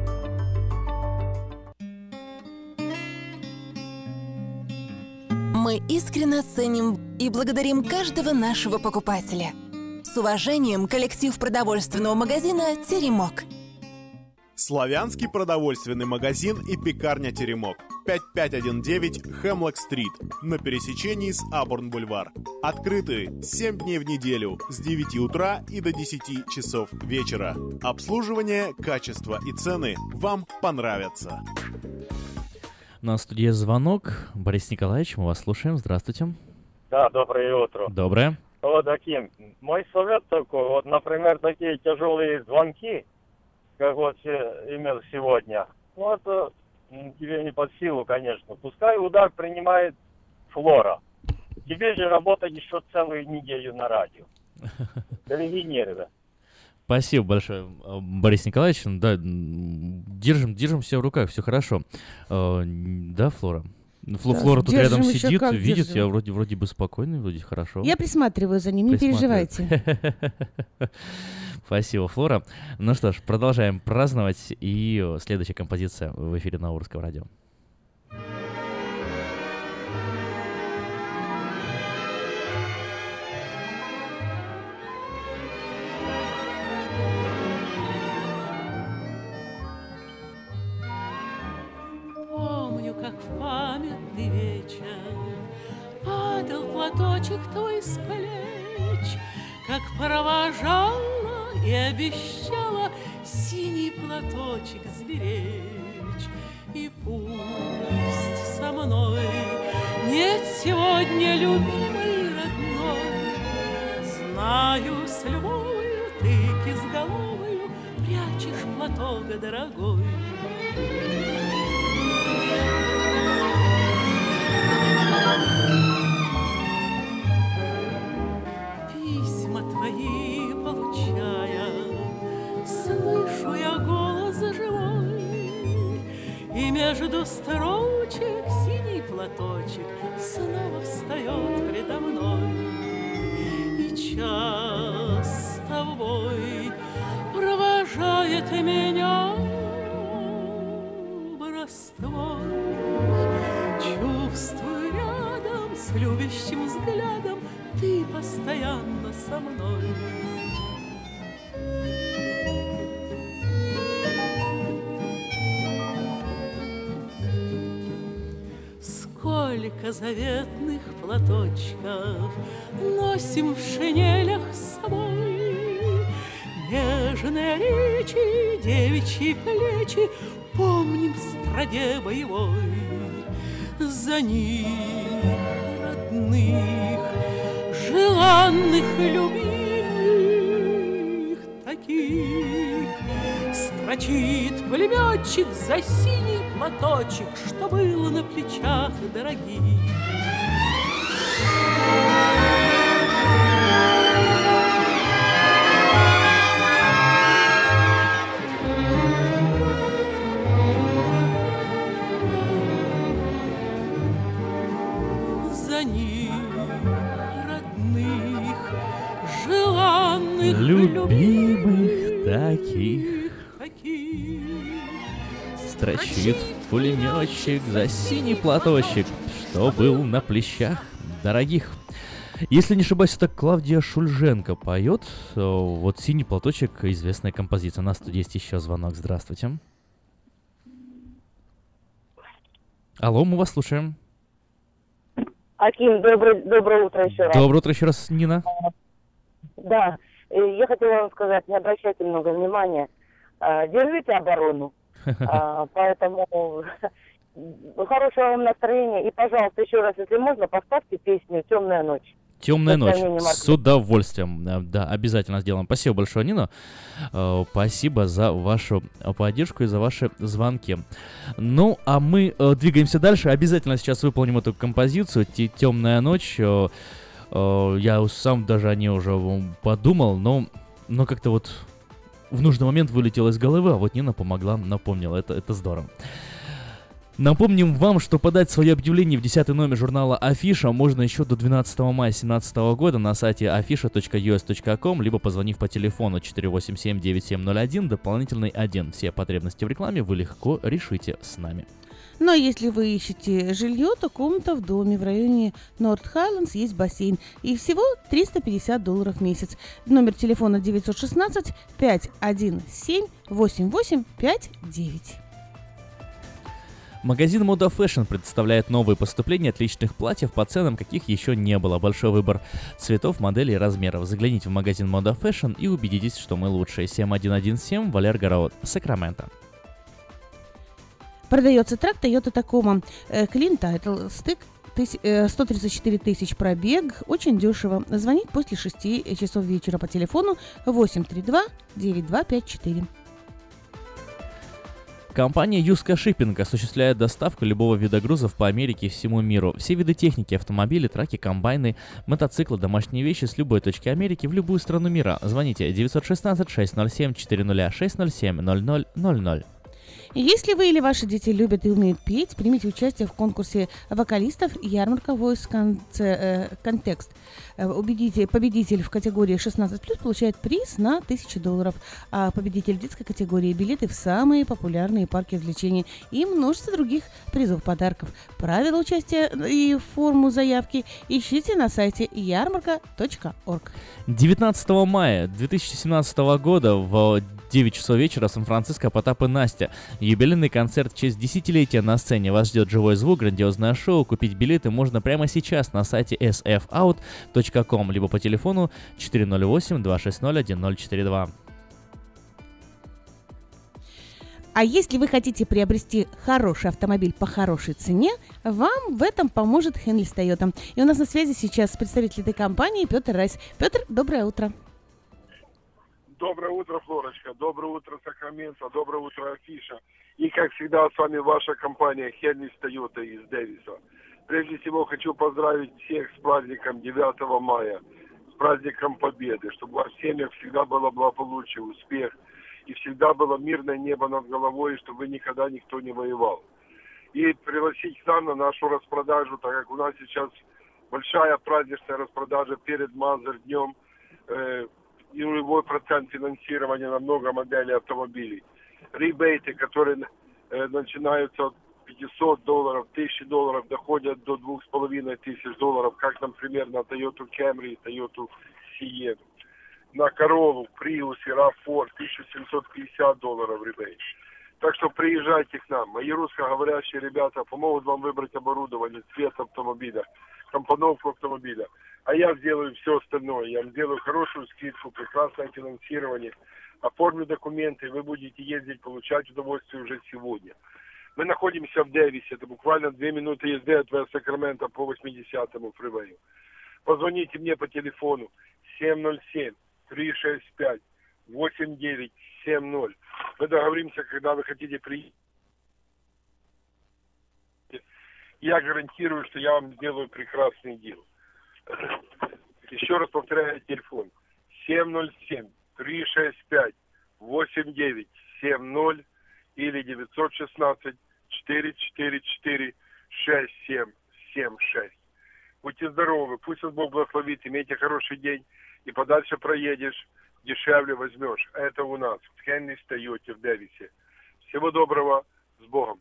Мы искренне ценим и благодарим каждого нашего покупателя. С уважением, коллектив продовольственного магазина «Теремок». Славянский продовольственный магазин и пекарня «Теремок». пять пять один девять Хемлок-стрит на пересечении с Абурн-бульвар. Открыты семь дней в неделю с девяти утра и до десяти часов вечера. Обслуживание, качество и цены вам понравятся. На студии звонок. Борис Николаевич, мы вас слушаем. Здравствуйте. Да, доброе утро. Доброе. Вот таким. Мой совет такой, вот, например, такие тяжелые звонки, как вот имел сегодня, ну, это тебе не под силу, конечно. Пускай удар принимает Флора. Тебе же работать еще целую неделю на радио. Береги нервы. Спасибо большое, Борис Николаевич. Да, держим, держим все в руках, все хорошо. Да, Флора? Фло, да, Флора тут рядом сидит, видит, держим. Я вроде, вроде бы спокойный, вроде хорошо. Я присматриваю за ним, не переживайте. Спасибо, Флора. Ну что ж, продолжаем праздновать. И следующая композиция в эфире на Русском радио. Помню, как в памятный вечер падал платочек твой с плеч, как провожала и обещала синий платочек сберечь. И пусть со мной нет сегодня любимой родной, знаю, с любовью ты кизголовою прячешь платок дорогой. любящим взглядом ты постоянно со мной. Сколько заветных платочков носим в шинелях с собой. Нежные речи, девичьи плечи помним в стране боевой. За них, родных, желанных, любимых, таких строчит пулеметчик за синий платочек, что было на плечах дорогих. За них, родных, желанных, любимых таких. Строчит пулеметчик за синий платочек, что был на плечах дорогих. Если не ошибаюсь, это Клавдия Шульженко поет. Вот «Синий платочек» — известная композиция. На студии есть еще звонок. Здравствуйте. Алло, мы вас слушаем. Аким, доброе, доброе утро еще раз. Доброе утро еще раз, Нина. Да, я хотела вам сказать, не обращайте много внимания. Держите оборону. А, поэтому хорошего вам настроения. И, пожалуйста, еще раз, если можно, поставьте песню «Темная ночь». «Темная ночь». С удовольствием. Да, обязательно сделаем. Спасибо большое, Нина. Спасибо за вашу поддержку и за ваши звонки. Ну, а мы двигаемся дальше. Обязательно сейчас выполним эту композицию «Темная ночь». Я сам даже о ней уже подумал, но, но как-то вот в нужный момент вылетело из головы, а вот Нина помогла, напомнила. Это, это здорово. Напомним вам, что подать свое объявление в десятый номер журнала «Афиша» можно еще до двенадцатого мая две тысячи семнадцатого года на сайте афиша точка ю эс точка ком, либо позвонив по телефону четыре восемь семь девять семь ноль один, дополнительный один. Все потребности в рекламе вы легко решите с нами. Ну а если вы ищете жилье, то комната в доме в районе Норт Хайлендс, есть бассейн. И всего триста пятьдесят долларов в месяц. Номер телефона девятьсот шестнадцать пятьсот семь восемь восемь пять девять. Магазин Moda Fashion представляет новые поступления отличных платьев по ценам, каких еще не было. Большой выбор цветов, моделей и размеров. Загляните в магазин Moda Fashion и убедитесь, что мы лучшие. семь один один семь, Валерго Роуд, Сакраменто. Продается трак Toyota Tacoma Clean Title, стык сто тридцать четыре тысячи пробег, очень дешево. Звонить после шести часов вечера по телефону восемь три два девять два пять четыре. Компания Юска Шиппинг осуществляет доставку любого вида грузов по Америке и всему миру. Все виды техники, автомобили, траки, комбайны, мотоциклы, домашние вещи с любой точки Америки в любую страну мира. Звоните девятьсот шестнадцать шестьсот четыре четыре шесть ноль семь ноль ноль ноль ноль. Если вы или ваши дети любят и умеют петь, примите участие в конкурсе вокалистов «Ярмарка Voice Contest». Убедите, победитель в категории шестнадцать плюс получает приз на тысячу долларов, а победитель в детской категории — билеты в самые популярные парки развлечений и множество других призов, подарков. Правила участия и форму заявки ищите на сайте ярмарка точка орг. девятнадцатого мая две тысячи семнадцатого года в девять часов вечера в Сан-Франциско Потап и Настя. Юбилейный концерт в честь десятилетия на сцене. Вас ждет живой звук, грандиозное шоу. Купить билеты можно прямо сейчас на сайте эс эф аут точка ком, либо по телефону четыре ноль восемь два шесть ноль один ноль четыре два. А если вы хотите приобрести хороший автомобиль по хорошей цене, вам в этом поможет Хенлис Toyota. И у нас на связи сейчас представитель этой компании Петр Райс. Петр, доброе утро. Доброе утро, Флорочка. Доброе утро, Сакраменто. Доброе утро, Афиша. И, как всегда, с вами ваша компания Хенлис Toyota из Дэвиса. Прежде всего, хочу поздравить всех с праздником девятого мая, с праздником Победы, чтобы во семьях всегда было благополучие, успех, и всегда было мирное небо над головой, и чтобы никогда никто не воевал. И пригласить к нам на нашу распродажу, так как у нас сейчас большая праздничная распродажа перед Мазер днем, э, и нулевой процент финансирования на много моделей автомобилей. Ребейты, которые э, начинаются от пятьсот долларов, тысяча долларов доходят до двух с половиной тысяч долларов, как, например, на Toyota Camry, Toyota Sienna. На Corolla, Prius и рав фор тысяча семьсот пятьдесят долларов ребейт. Так что приезжайте к нам. Мои русскоговорящие ребята помогут вам выбрать оборудование, цвет автомобиля, компоновку автомобиля. А я сделаю все остальное. Я вам сделаю хорошую скидку, прекрасное финансирование, оформлю документы, и вы будете ездить, получать удовольствие уже сегодня. Мы находимся в Дэвисе. Это буквально две минуты езды от Сакрамента по восьмидесятому фривею. Позвоните мне по телефону семь ноль семь три шесть пять восемь девять семь ноль. Мы договоримся, когда вы хотите приехать. Я гарантирую, что я вам сделаю прекрасный дел. Еще раз повторяю телефон. семь ноль семь три шесть пять восемь девять семь ноль или девятьсот шестнадцать четыре четыре четыре шесть семь семь шесть. Будьте здоровы, пусть вас Бог благословит, имейте хороший день, и подальше проедешь, дешевле возьмешь. Это у нас в Хеннис Тойоте в Дэвисе. Всего доброго, с Богом.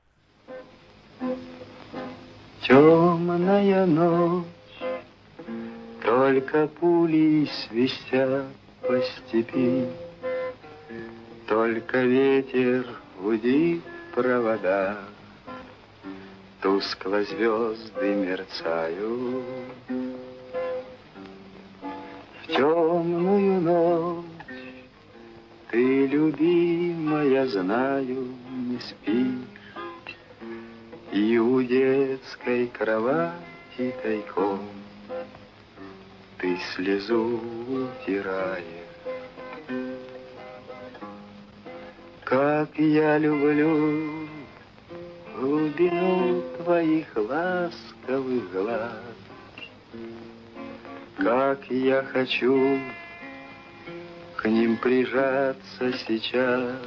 Темная ночь, только пули свистят по степи, только ветер гудит провода, тускло звезды мерцают. В темную ночь ты, любимая, знаю, не спишь, и у детской кровати тайком ты слезу утираешь. Как я люблю глубину твоих ласковых глаз, как я хочу к ним прижаться сейчас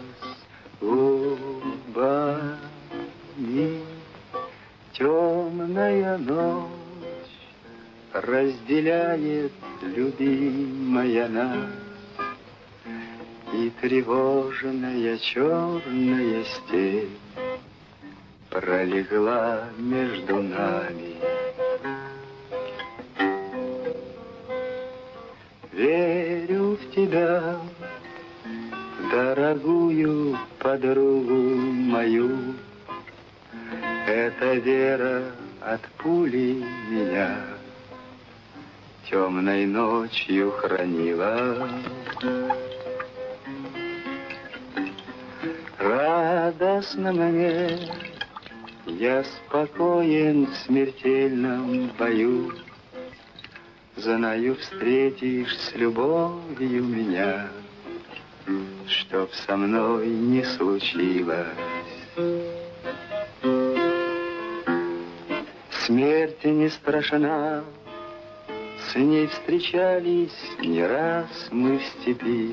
губами. Темная ночь разделяет, любимая, нас, и тревожная черная степь пролегла между нами. Верю в тебя, дорогую подругу мою, эта вера от пули меня темной ночью хранила. Радостно мне, я спокоен в смертельном бою, знаю, встретишь с любовью меня, чтоб со мной не случилось. Смерть не страшна, с ней встречались не раз мы в степи.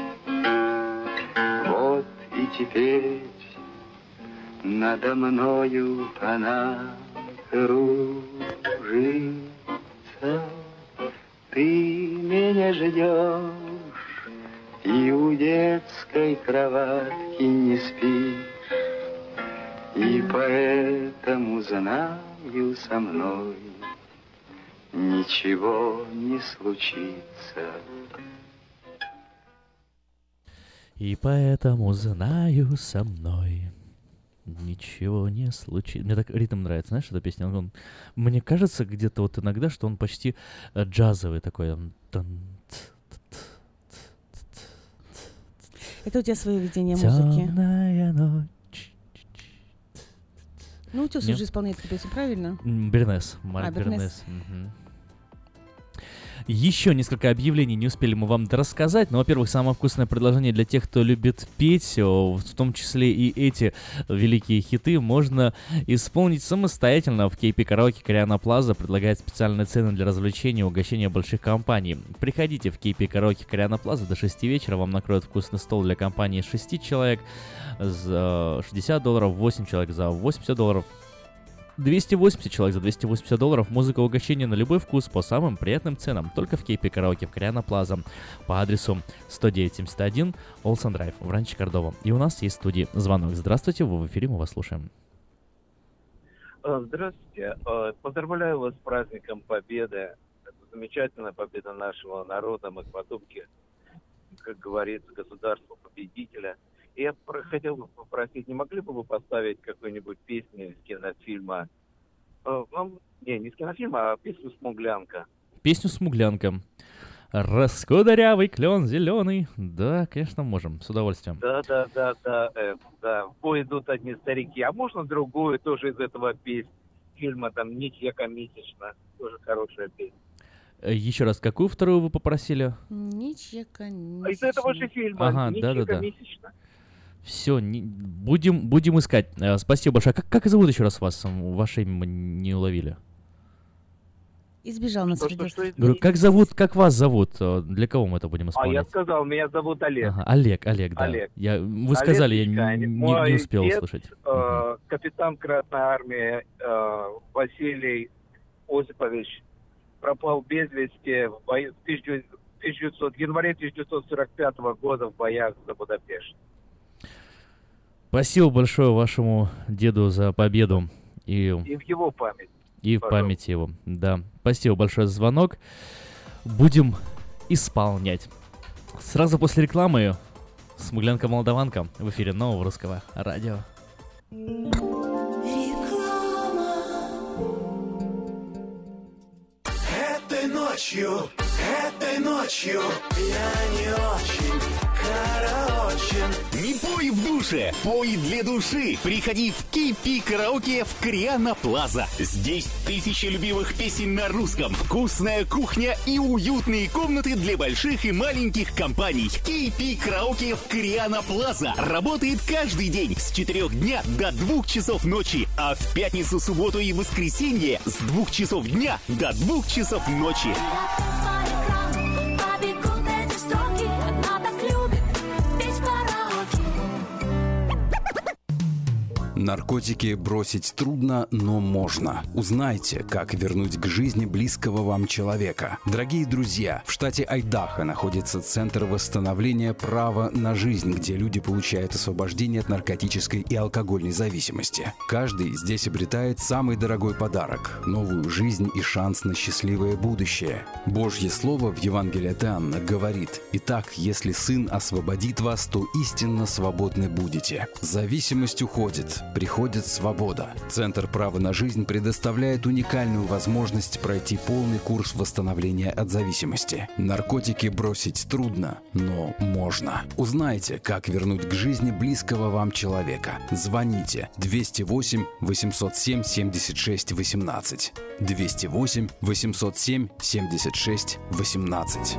Вот и теперь надо мною она кружится. Ты меня ждешь и у детской кроватки не спишь, и поэтому знаю, со мной ничего не случится. И поэтому знаю, со мной ничего не случится. Мне так ритм нравится, знаешь, эта песня. Он, он, мне кажется, где-то вот иногда, что он почти э, джазовый такой. Он, это у тебя свое видение музыки. Темная ночь. Ну, Утес Нет? уже исполняет эту песню, правильно? Бернес. Марк а, Бернес. Бернес. Угу. Еще несколько объявлений не успели мы вам рассказать. Но, во-первых, самое вкусное предложение для тех, кто любит петь, в том числе и эти великие хиты, можно исполнить самостоятельно в кей пи Караоке Кориана Плаза. Предлагает специальные цены для развлечения и угощения больших компаний. Приходите в кей пи Караоке Кориана Плаза до шести вечера. Вам накроют вкусный стол для компании шести человек за шестьдесят долларов, восемь человек за восемьдесят долларов. двести восемьдесят человек за двести восемьдесят долларов. Музыка, угощение на любой вкус по самым приятным ценам. Только в кей пи Караоке в Кориана Плаза по адресу сто девять семьдесят один Олсен Драйв в Ранчо Кордова. И у нас есть в студии звонок. Здравствуйте, вы в эфире, мы вас слушаем. Здравствуйте. Э, Поздравляю вас с праздником Победы. Это замечательная победа нашего народа. Мы потомки, как говорится, государства-победителя. И я про- хотел бы попросить, не могли бы вы поставить какую-нибудь песню из кинофильма? Э, ну, не, не из кинофильма, а песню «Смуглянка». Песню «Смуглянка». Раскудырявый клен зеленый. Да, конечно, можем, с удовольствием. Да, да, да, да, э, да. В бой идут одни старики. А можно другую тоже из этого песни? Фильма там «Ничья месячно». Тоже хорошая песня. Э, Еще раз, какую вторую вы попросили? Ничья конечная. А из этого же фильма Ага, «Ничья да-да-да. месячно». Все, будем, будем искать. Э, Спасибо большое. Как, как зовут еще раз вас? М, Ваше имя мы не уловили. Избежал нас Что, что, что, Говорю, как зовут, как вас зовут? Э, Для кого мы это будем А я исполнять? сказал, меня зовут Олег. Ага, Олег, Олег, да. Олег. Я, вы Олег сказали, я Печкань. не, не- Мой не успел дед, услышать. э, капитан Красной Армии э, Василий Осипович пропал без вести в, бою- в тысяча девятьсот в январе тысяча девятьсот сорок пятого года в боях за Будапешт. Спасибо большое вашему деду за победу и, И в его память. и в пожалуйста. память его. Да. Спасибо большое за звонок. Будем исполнять. Сразу после рекламы «Смуглянка-молдаванка» в эфире Нового Русского Радио. Этой ночью, этой ночью я не очень караочен. Не пой в душе, пой для души. Приходи в кей пи Караоке в Криана Плаза. Здесь тысячи любимых песен на русском, вкусная кухня и уютные комнаты для больших и маленьких компаний. кей пи Караоке в Криана Плаза работает каждый день с четырёх дня до двух часов ночи, а в пятницу, субботу и воскресенье с двух часов дня до двух часов ночи. Наркотики бросить трудно, но можно. Узнайте, как вернуть к жизни близкого вам человека. Дорогие друзья, в штате Айдахо находится Центр восстановления права на жизнь, где люди получают освобождение от наркотической и алкогольной зависимости. Каждый здесь обретает самый дорогой подарок – новую жизнь и шанс на счастливое будущее. Божье Слово в Евангелии от Иоанна говорит: «Итак, если Сын освободит вас, то истинно свободны будете». Зависимость уходит, приходит свобода. Центр права на жизнь предоставляет уникальную возможность пройти полный курс восстановления от зависимости. Наркотики бросить трудно, но можно. Узнайте, как вернуть к жизни близкого вам человека. Звоните двести восемь восемьсот семь семьдесят шесть восемнадцать. двести восемь восемьсот семь семьдесят шесть восемнадцать.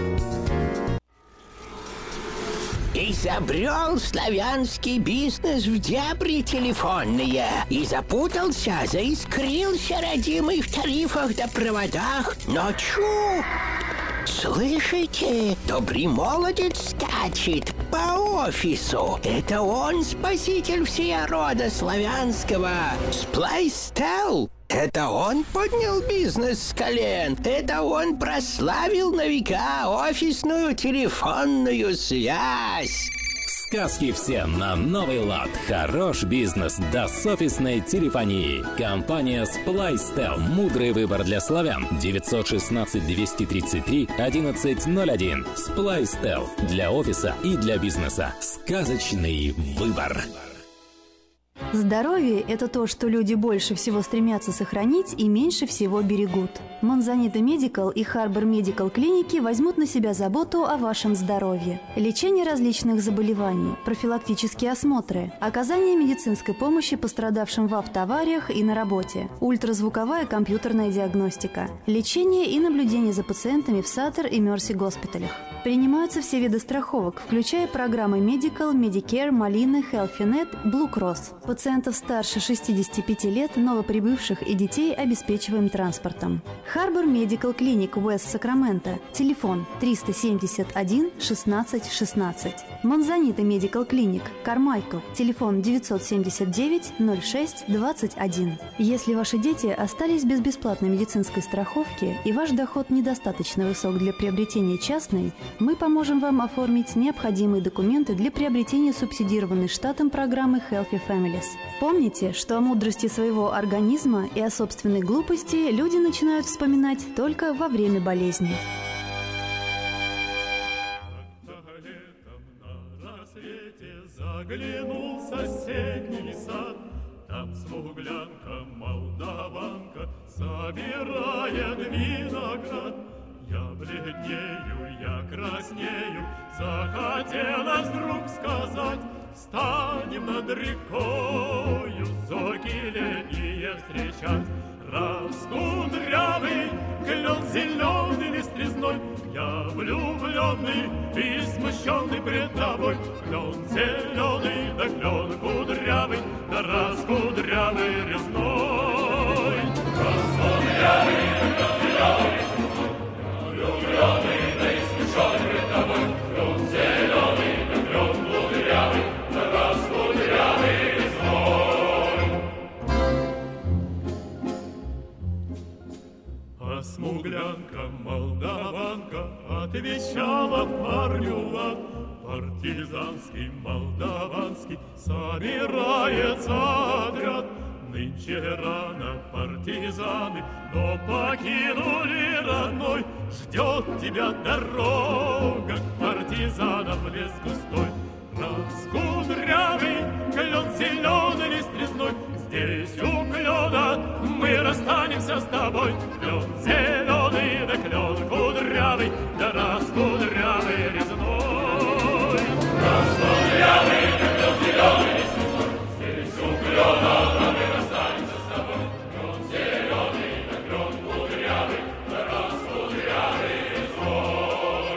Изобрел славянский бизнес в дебри телефонные и запутался, заискрился родимый в тарифах да проводах. Но чу! Слышите? Добрый молодец скачет по офису. Это он спаситель всея рода славянского. Сплайстел. Это он поднял бизнес с колен. Это он прославил на века офисную телефонную связь. Сказки все на новый лад. Хорош бизнес да с офисной телефонии. Компания Splystel. Мудрый выбор для славян. девятьсот шестнадцать двести тридцать три одиннадцать ноль один. Splystel. Для офиса и для бизнеса. Сказочный выбор. Здоровье – это то, что люди больше всего стремятся сохранить и меньше всего берегут. Монзанита Медикал и Харбор Медикал клиники возьмут на себя заботу о вашем здоровье. Лечение различных заболеваний, профилактические осмотры, оказание медицинской помощи пострадавшим в автоавариях и на работе, ультразвуковая компьютерная диагностика, лечение и наблюдение за пациентами в Саттер и Мерси госпиталях. Принимаются все виды страховок, включая программы Medical, Medicare, Molina, HealthyNet, Blue Cross. Пациентов старше шестидесяти пяти лет, новоприбывших и детей обеспечиваем транспортом. Харбор Медикал Клиник, Уэст Сакраменто. Телефон триста семьдесят один шестнадцать шестнадцать. Монзанита Медикал Клиник, Кармайкл. Телефон девятьсот семьдесят девять ноль шесть двадцать один. Если ваши дети остались без бесплатной медицинской страховки и ваш доход недостаточно высок для приобретения частной, Мы поможем вам оформить необходимые документы для приобретения субсидированной штатом программы Healthy Families. Помните, что о мудрости своего организма и о собственной глупости люди начинают вспоминать только во время болезни. Заглянул в соседний сад, там смуглянка, молдаванка собирает виноград. Я бледнею, я краснею, захотелось вдруг сказать: встанем над рекою, зорьки летние встречать. Раскудрявый клен зеленый лист резной, я влюбленный и смущенный пред тобой. Клен зеленый, да клен кудрявый, да раскудрявый резной. Раскудрявый, да клен зеленый лист резной, влюбленный, да и смущенный пред тобой. Клен зеленый, да клен кудрявый, да раскудрявый резной. А смуглянка, молдаванка отвечала парню лад. Партизанский, молдаванский собирается отряд. Нынче рано партизаны, но покинули родной. Ждет тебя дорога к партизанам в лес густой. Раскудрявый клен зеленый лист резной, здесь у клена мы расстанемся с тобой. Клен зеленый, да клен кудрявый, да раскудрявый резной. Раскудрявый, да клен зеленый лист резной, здесь у клена мы расстанемся с тобой. Клен зеленый, да клен кудрявый, да раскудрявый резной.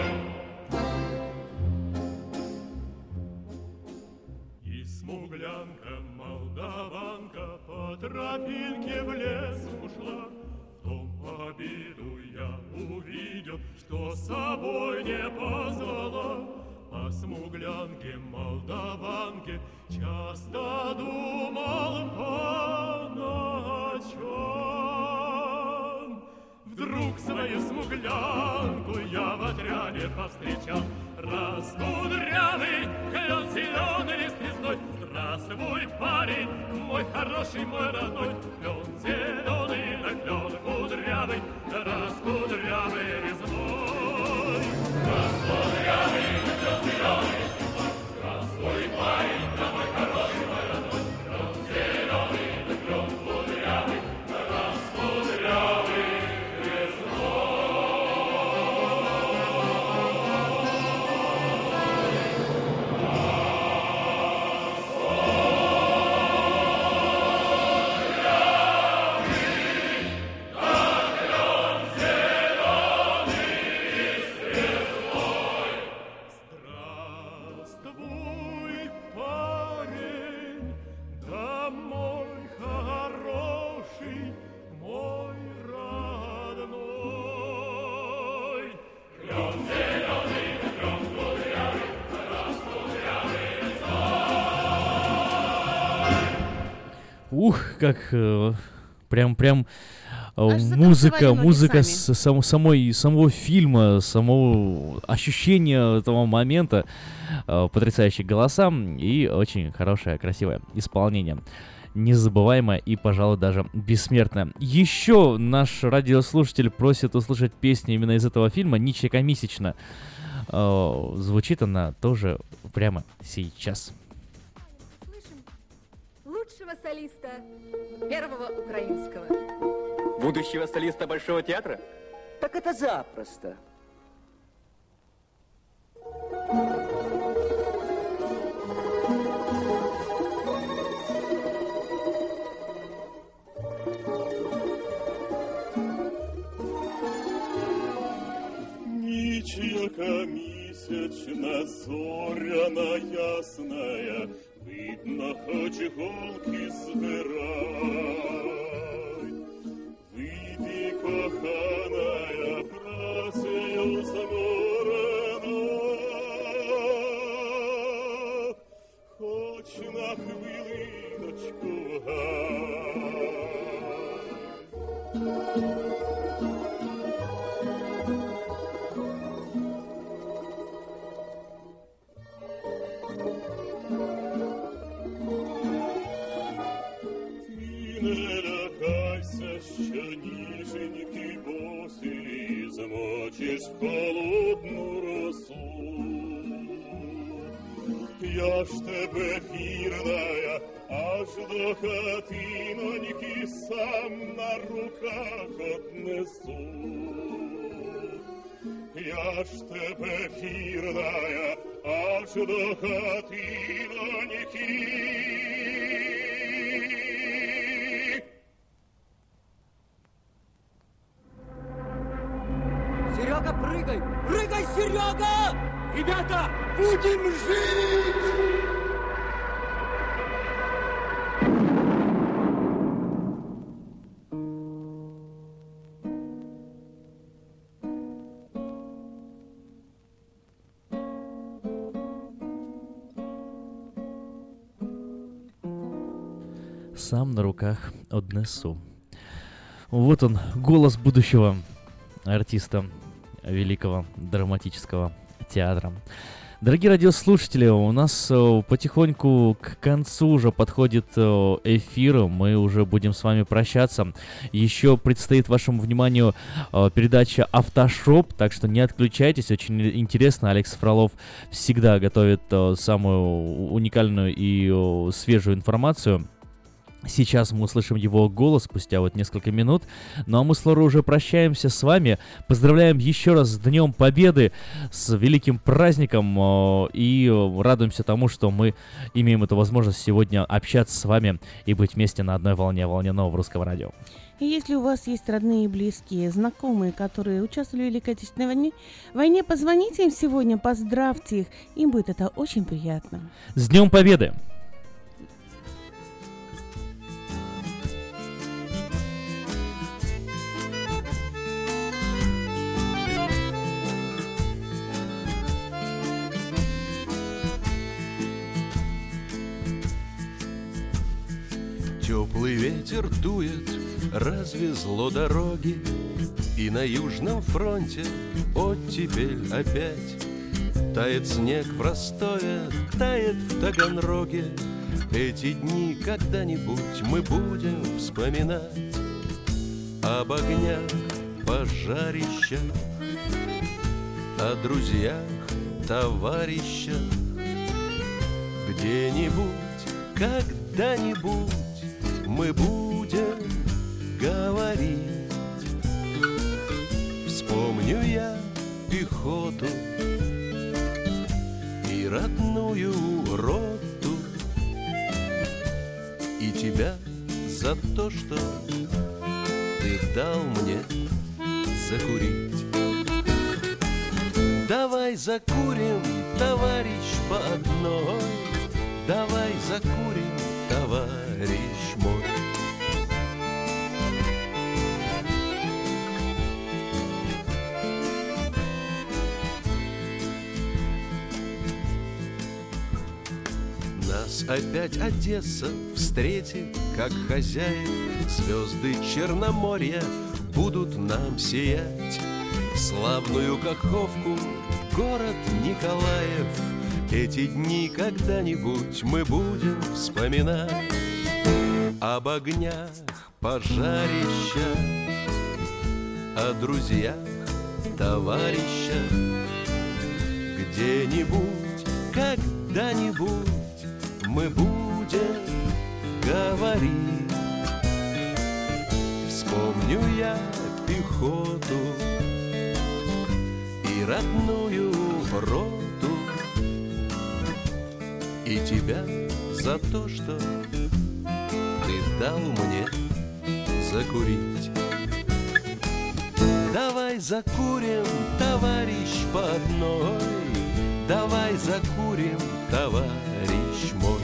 И смуглянка, молдаванка по тропинке в лес ушла. В том обиду я увидел, что с собой не позвала. О смуглянке, молдаванке часто думал по ночам. Вдруг свою смуглянку я в отряде повстречал. Раскудрявый клен зеленый лист резной, здравствуй, парень, мой хороший, мой родной. Клен зеленый, да клен кудрявый, да раскудрявый резной. Раскудрявый, да клен зеленый лист резной, здравствуй, парень, да мой хороший, мой родной. Клен зеленый, да клен кудрявый, да раскудрявый резной. Ух, как э, прям прям э, музыка, музыка с, сам, самой самого фильма, самого ощущения этого момента, э, потрясающие голоса и очень хорошее, красивое исполнение. Незабываемое и, пожалуй, даже бессмертное. Еще наш радиослушатель просит услышать песню именно из этого фильма «Ничья месячно». Э, звучит она тоже прямо сейчас. Лучшего солиста первого украинского. Будущего солиста Большого театра? Так это запросто. Ничья месячна, зоряна ясная, видно, хоч голки збирай. Вийди, коханая, працею заморена, хоч на хвилиночку гай. смочишь в холодну росу. Я ж тебе, вірная, аж до хатиноньки сам на руках отнесу. Я ж тебе, вірная, аж до хатиноньки. Серега, прыгай! Прыгай, Серега! Ребята, будем жить! Сам на руках однесу. Вот он, голос будущего артиста великого драматического театра. Дорогие радиослушатели, у нас э, потихоньку к концу уже подходит э, эфир, мы уже будем с вами прощаться. Еще предстоит вашему вниманию э, передача «Автошоп», так что не отключайтесь, очень интересно. Алекс Фролов всегда готовит э, самую уникальную и э, свежую информацию. Сейчас мы услышим его голос спустя вот несколько минут. Ну а мы с Лорой уже прощаемся с вами. Поздравляем еще раз с Днем Победы, с великим праздником. И радуемся тому, что мы имеем эту возможность сегодня общаться с вами и быть вместе на одной волне, волне нового русского радио. И если у вас есть родные, близкие, знакомые, которые участвовали в Великой Отечественной войне, войне, позвоните им сегодня, поздравьте их. Им будет это очень приятно. С Днем Победы! Теплый ветер дует, развезло дороги, и на Южном фронте оттепель опять. Тает снег в Ростове, тает в Таганроге. Эти дни когда-нибудь мы будем вспоминать об огнях, пожарищах, о друзьях, товарищах. Где-нибудь, когда-нибудь мы будем говорить. Вспомню я пехоту и родную роту, и тебя за то, что ты дал мне закурить. Давай закурим, товарищ, по одной. Давай закурим, товарищ мой. Нас опять Одесса встретит, как хозяев. Звезды Черноморья будут нам сиять. Славную Каховку, город Николаев. Эти дни когда-нибудь мы будем вспоминать об огнях, пожарища, о друзьях, товарищах. Где-нибудь, когда-нибудь мы будем говорить. Вспомню я пехоту и родную роту, и тебя за то, что ты дал мне закурить. Давай закурим, товарищ, по одной. Давай закурим, товарищ мой.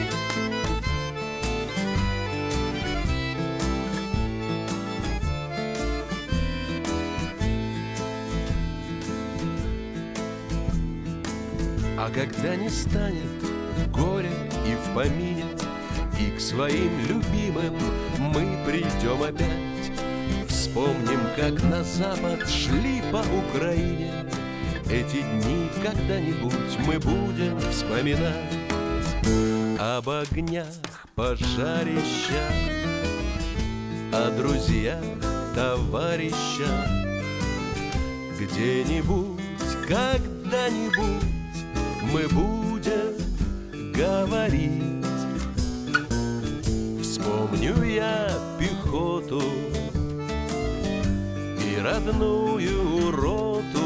А когда не станет горя и в помине, и к своим любимым мы придем опять, вспомним, как на запад шли по Украине. Эти дни когда-нибудь мы будем вспоминать об огнях, пожарищах, о друзьях, товарищах. Где-нибудь, когда-нибудь мы будем говорить. Вспомню я пехоту и родную роту,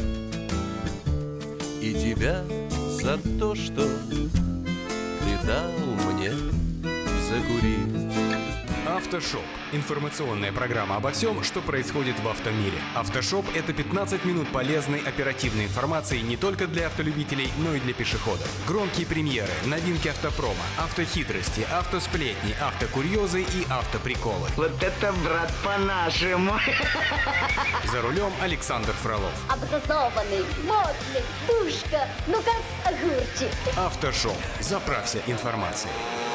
и тебя за то, что ты дал мне закурить. Автошоп. Информационная программа обо всем, что происходит в автомире. Автошоп — это пятнадцать минут полезной оперативной информации не только для автолюбителей, но и для пешеходов. Громкие премьеры, новинки автопрома, автохитрости, автосплетни, автокурьезы и автоприколы. Вот это, брат, по-нашему. За рулем Александр Фролов. Образованный, модный, душка, ну как огурчик. Автошоп. Заправься информацией.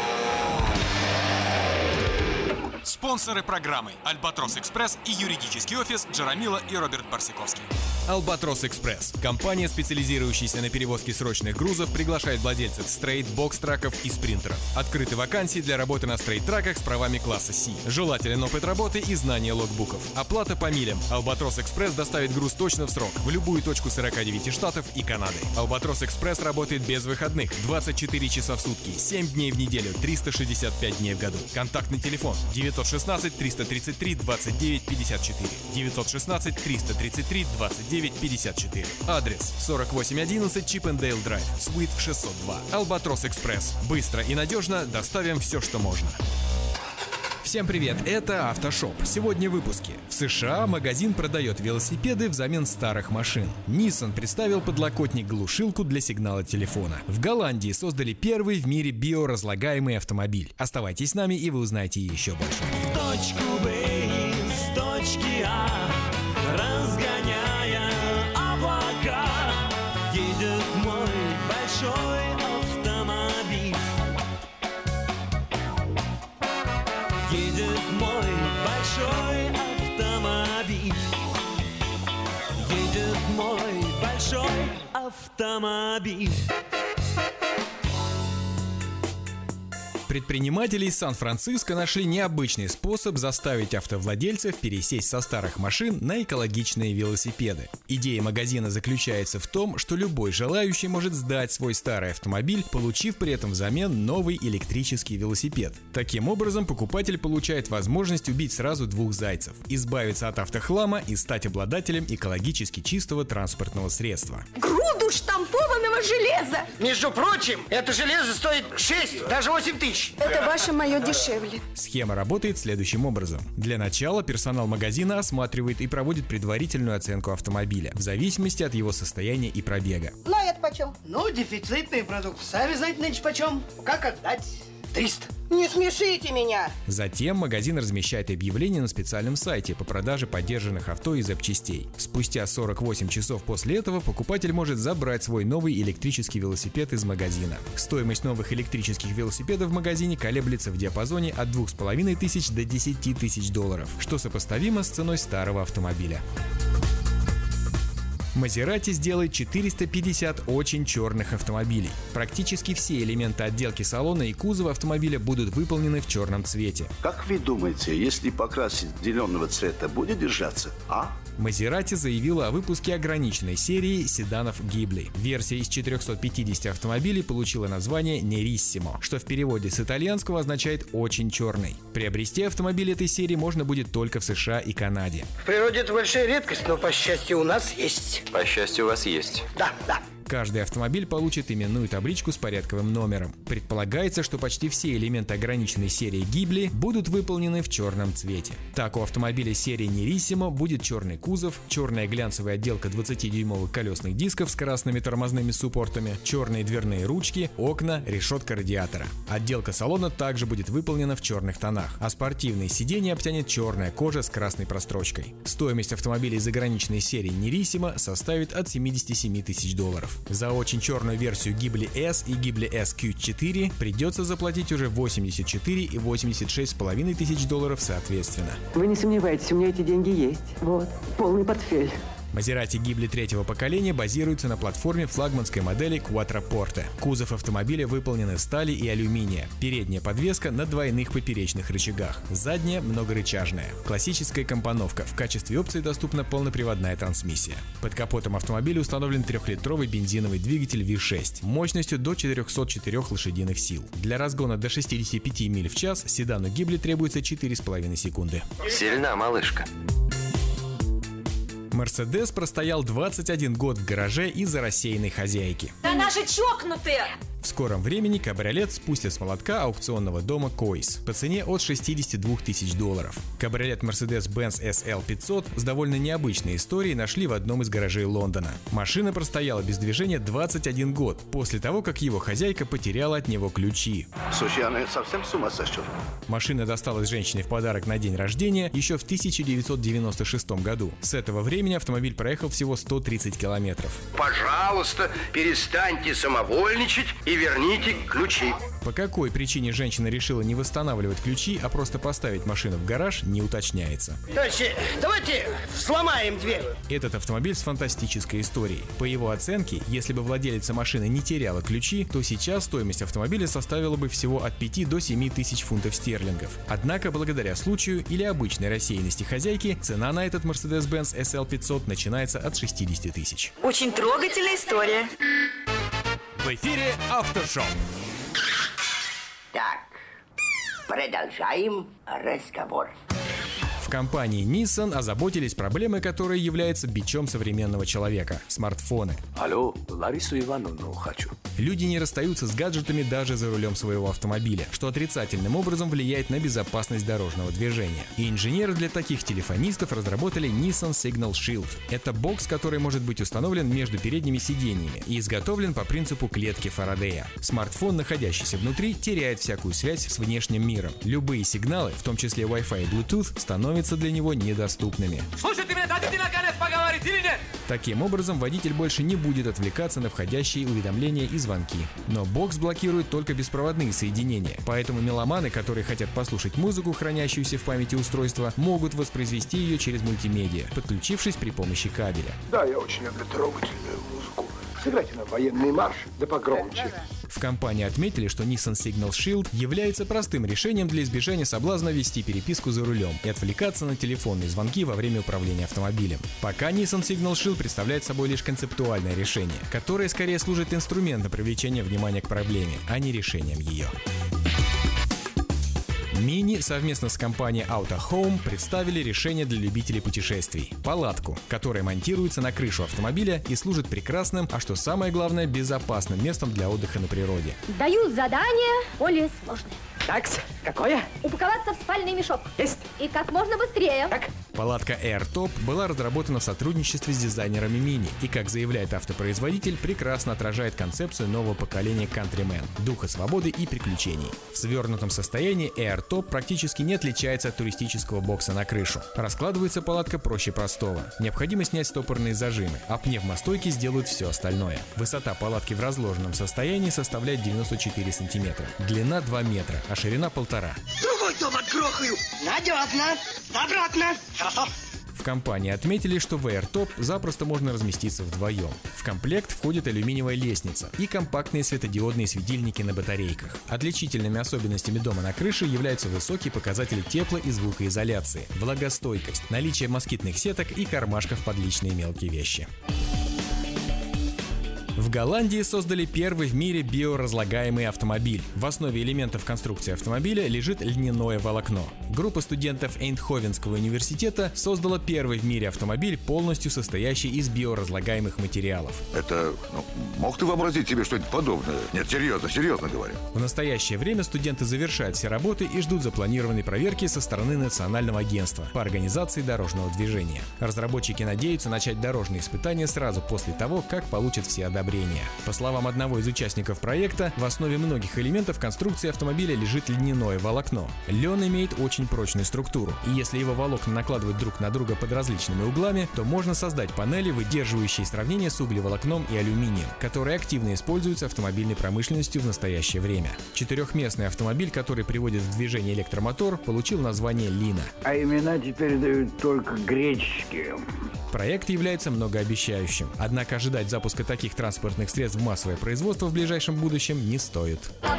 Спонсоры программы «Альбатрос Экспресс» и юридический офис Джарамила и Роберт Барсиковский. «Альбатрос Экспресс» – компания, специализирующаяся на перевозке срочных грузов, приглашает владельцев стрейт, бокс-траков и спринтеров. Открыты вакансии для работы на стрейт-траках с правами класса Си. Желателен опыт работы и знание логбуков. Оплата по милям. «Альбатрос Экспресс» доставит груз точно в срок, в любую точку сорока девяти штатов и Канады. «Альбатрос Экспресс» работает без выходных, двадцать четыре часа в сутки, семь дней в неделю, триста шестьдесят пять дней в году. Контактный телефон девятьсот шестнадцать триста тридцать три двадцать девять пятьдесят четыре. девятьсот шестнадцать триста тридцать три двадцать девять пятьдесят четыре. Адрес сорок восемь одиннадцать Чиппендейл Драйв, Суит шестьсот два. «Альбатрос Экспресс». Быстро и надежно доставим все, что можно. Всем привет, это Автошоп. Сегодня в выпуске. В США магазин продает велосипеды взамен старых машин. Nissan представил подлокотник-глушилку для сигнала телефона. В Голландии создали первый в мире биоразлагаемый автомобиль. Оставайтесь с нами, и вы узнаете еще больше. В точку Б из точки А, разгоняя облака, едет мой большой автомобиль. Едет мой большой автомобиль. Едет мой большой автомобиль. Предприниматели из Сан-Франциско нашли необычный способ заставить автовладельцев пересесть со старых машин на экологичные велосипеды. Идея магазина заключается в том, что любой желающий может сдать свой старый автомобиль, получив при этом взамен новый электрический велосипед. Таким образом, покупатель получает возможность убить сразу двух зайцев – избавиться от автохлама и стать обладателем экологически чистого транспортного средства. Груду штампованного железа! Между прочим, это железо стоит шесть, даже восемь тысяч. Это ваше мое дешевле. Схема работает следующим образом. Для начала персонал магазина осматривает и проводит предварительную оценку автомобиля в зависимости от его состояния и пробега. Ну, а это почем? Ну, дефицитный продукт. Сами знаете, нынче почем. Как отдать? триста. Не смешите меня! Затем магазин размещает объявление на специальном сайте по продаже подержанных авто и запчастей. Спустя сорок восемь часов после этого покупатель может забрать свой новый электрический велосипед из магазина. Стоимость новых электрических велосипедов в магазине колеблется в диапазоне от двух с половиной тысяч до десяти тысяч долларов, что сопоставимо с ценой старого автомобиля. Мазерати сделает четыреста пятьдесят очень черных автомобилей. Практически все элементы отделки салона и кузова автомобиля будут выполнены в черном цвете. Как вы думаете, если покрасить зеленого цвета, будет держаться, а? Мазерати заявила о выпуске ограниченной серии седанов Ghibli. Версия из четырехсот пятидесяти автомобилей получила название Nerissimo, что в переводе с итальянского означает «очень черный». Приобрести автомобиль этой серии можно будет только в США и Канаде. В природе это большая редкость, но, по счастью, у нас есть. По счастью, у вас есть. Да, да. Каждый автомобиль получит именную табличку с порядковым номером. Предполагается, что почти все элементы ограниченной серии Ghibli будут выполнены в черном цвете. Так, у автомобиля серии Nerissimo будет черный кузов, черная глянцевая отделка двадцатидюймовых колесных дисков с красными тормозными суппортами, черные дверные ручки, окна, решетка радиатора. Отделка салона также будет выполнена в черных тонах, а спортивные сиденья обтянет черная кожа с красной прострочкой. Стоимость автомобиля из ограниченной серии Nerissimo составит от семидесяти семи тысяч долларов. За очень черную версию Ghibli S и Ghibli эс кью четыре придется заплатить уже восемьдесят четыре и восемьдесят шесть с половиной тысяч долларов соответственно. Вы не сомневайтесь, у меня эти деньги есть. Вот, полный портфель. Maserati Ghibli третьего поколения базируется на платформе флагманской модели Quattroporte. Кузов автомобиля выполнен из стали и алюминия. Передняя подвеска на двойных поперечных рычагах. Задняя многорычажная. Классическая компоновка. В качестве опции доступна полноприводная трансмиссия. Под капотом автомобиля установлен трехлитровый бензиновый двигатель ви шесть мощностью до четырехсот четырёх лошадиных сил. Для разгона до шестидесяти пяти миль в час седану Ghibli требуется четыре с половиной секунды. Сильна малышка. Мерседес простоял двадцать один год в гараже из-за рассеянной хозяйки. Она же чокнутая! В скором времени кабриолет спустят с молотка аукционного дома Койс по цене от шестидесяти двух тысяч долларов. Кабриолет Mercedes-Benz эс эл пятьсот с довольно необычной историей нашли в одном из гаражей Лондона. Машина простояла без движения двадцать один год после того, как его хозяйка потеряла от него ключи. Слушай, она совсем с ума сошла? Машина досталась женщине в подарок на день рождения еще в тысяча девятьсот девяносто шестом году. С этого времени автомобиль проехал всего сто тридцать километров. Пожалуйста, перестаньте самовольничать и верните ключи. По какой причине женщина решила не восстанавливать ключи, а просто поставить машину в гараж, не уточняется. Товарищи, давайте сломаем дверь. Этот автомобиль с фантастической историей. По его оценке, если бы владелица машины не теряла ключи, то сейчас стоимость автомобиля составила бы всего от пяти до семи тысяч фунтов стерлингов. Однако, благодаря случаю или обычной рассеянности хозяйки, цена на этот Mercedes-Benz эс эл пятьсот начинается от шестидесяти тысяч. Очень трогательная история. В эфире Автошоу. Так, продолжаем разговор. В компании Nissan озаботились проблемой, которая является бичом современного человека – смартфоны. Алло, Ларису Ивановну хочу. Люди не расстаются с гаджетами даже за рулем своего автомобиля, что отрицательным образом влияет на безопасность дорожного движения. И инженеры для таких телефонистов разработали Nissan Signal Shield. Это бокс, который может быть установлен между передними сиденьями и изготовлен по принципу клетки Фарадея. Смартфон, находящийся внутри, теряет всякую связь с внешним миром. Любые сигналы, в том числе Wi-Fi и Bluetooth, становятся для него недоступными. Слушайте меня, дадите наконец поговорить или нет? Таким образом, водитель больше не будет отвлекаться на входящие уведомления и звонки. Но бокс блокирует только беспроводные соединения, поэтому меломаны, которые хотят послушать музыку, хранящуюся в памяти устройства, могут воспроизвести ее через мультимедиа, подключившись при помощи кабеля. Да, я очень люблю трогательную музыку. Сыграйте нам военный марш, да погромче. В компании отметили, что Nissan Signal Shield является простым решением для избежания соблазна вести переписку за рулем и отвлекаться на телефонные звонки во время управления автомобилем. Пока Nissan Signal Shield представляет собой лишь концептуальное решение, которое скорее служит инструментом привлечения внимания к проблеме, а не решением ее. Mini совместно с компанией Auto Home представили решение для любителей путешествий – палатку, которая монтируется на крышу автомобиля и служит прекрасным, а что самое главное, безопасным местом для отдыха на природе. Даю задание более сложное. Такс, какое? Упаковаться в спальный мешок. Есть. И как можно быстрее. Так. Палатка AirTop была разработана в сотрудничестве с дизайнерами Mini и, как заявляет автопроизводитель, прекрасно отражает концепцию нового поколения Countryman – духа свободы и приключений. В свернутом состоянии AirTop практически не отличается от туристического бокса на крышу. Раскладывается палатка проще простого. Необходимо снять стопорные зажимы, а пневмостойки сделают все остальное. Высота палатки в разложенном состоянии составляет девяносто четыре сантиметра, длина два метра, а ширина полтора. Другой дом отгрохаю. Надежно. Обратно. Хорошо. В компании отметили, что в AirTop запросто можно разместиться вдвоем. В комплект входит алюминиевая лестница и компактные светодиодные светильники на батарейках. Отличительными особенностями дома на крыше являются высокие показатели тепло- и звукоизоляции, влагостойкость, наличие москитных сеток и кармашков под личные мелкие вещи. В Голландии создали первый в мире биоразлагаемый автомобиль. В основе элементов конструкции автомобиля лежит льняное волокно. Группа студентов Эйндховенского университета создала первый в мире автомобиль, полностью состоящий из биоразлагаемых материалов. Это, ну, мог ты вообразить себе что-нибудь подобное? Нет, серьезно, серьезно говорю. В настоящее время студенты завершают все работы и ждут запланированной проверки со стороны Национального агентства по организации дорожного движения. Разработчики надеются начать дорожные испытания сразу после того, как получат все одобрения. одобрения. По словам одного из участников проекта, в основе многих элементов конструкции автомобиля лежит льняное волокно. Лен имеет очень прочную структуру, и если его волокна накладывать друг на друга под различными углами, то можно создать панели, выдерживающие сравнение с углеволокном и алюминием, которые активно используются автомобильной промышленностью в настоящее время. Четырехместный автомобиль, который приводит в движение электромотор, получил название Лина. А имена теперь дают только греческие. Проект является многообещающим, однако ожидать запуска таких транспортных средств в массовое производство в ближайшем будущем не стоит.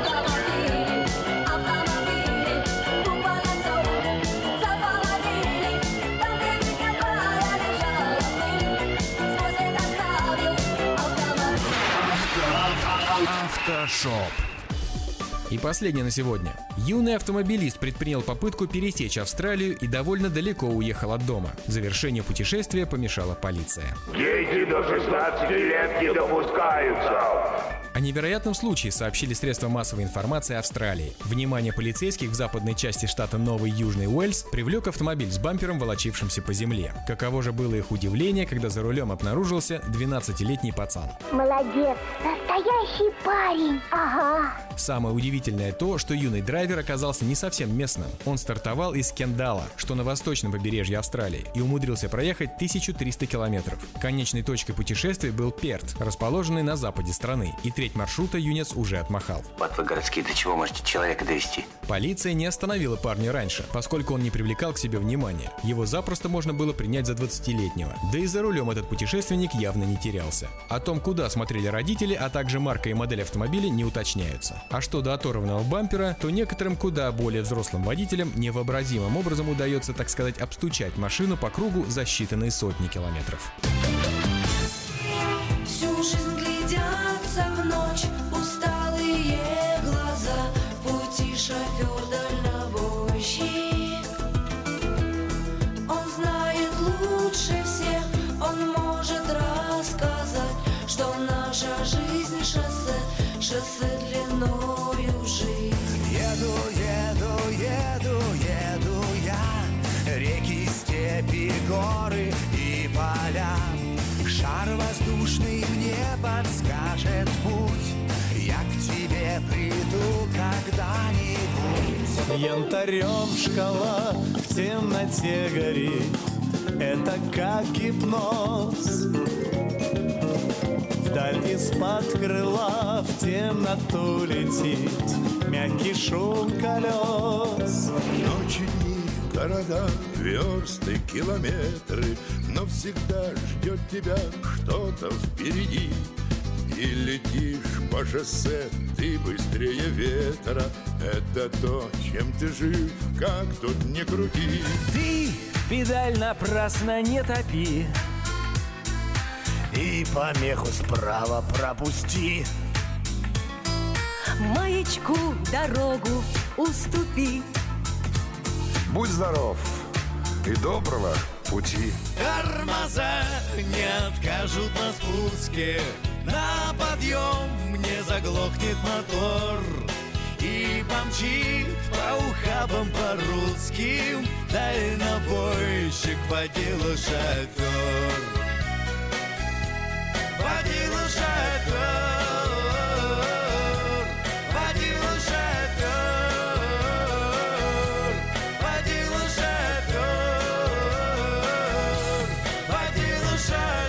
Автошоп. И последнее на сегодня. Юный автомобилист предпринял попытку пересечь Австралию и довольно далеко уехал от дома. Завершению путешествия помешала полиция. Дети до шестнадцати лет не допускаются. О невероятном случае сообщили средства массовой информации Австралии. Внимание полицейских в западной части штата Новый Южный Уэльс привлек автомобиль с бампером, волочившимся по земле. Каково же было их удивление, когда за рулем обнаружился двенадцатилетний пацан. Молодец, настоящий парень, ага. Самое удивительное то, что юный драйвер оказался не совсем местным. Он стартовал из Кендала, что на восточном побережье Австралии, и умудрился проехать тысячу триста километров. Конечной точкой путешествия был Перт, расположенный на западе страны, и треть маршрута юнец уже отмахал. Вот вы, городские, до чего можете человека довести? Полиция не остановила парня раньше, поскольку он не привлекал к себе внимания. Его запросто можно было принять за двадцатилетнего. Да и за рулем этот путешественник явно не терялся. О том, куда смотрели родители, а также марка и модель автомобиля, не уточняются. А что до оторванного бампера, то некоторым куда более взрослым водителям невообразимым образом удается, так сказать, обстучать машину по кругу за считанные сотни километров. Всю жизнь глядятся в ночь усталые глаза, в пути шофер дальнобойщик. Он знает лучше всех, он может рассказать, что наша жизнь шоссе, шоссе длиною в жизнь. Еду, еду, еду, еду я, реки, степи, горы и поля. Шар воздушный мне подскажет путь, я к тебе приду когда-нибудь. Янтарем шкала в темноте горит, это как гипноз. Вдаль из-под крыла в темноту летит мягкий шум колес. Ночи, дни, города, версты, километры, но всегда ждет тебя что-то впереди. И летишь по шоссе, ты быстрее ветра. Это то, чем ты жив, как тут не крути. Ты педаль напрасно не топи и помеху справа пропусти. Маячку дорогу уступи. Будь здоров и доброго пути. Тормоза не откажут на спуске, на подъем не заглохнет мотор и помчит по ухабам по-русским дальнобойщик, водила шофер. Водила шофер, водила шофер, водила шофер, водила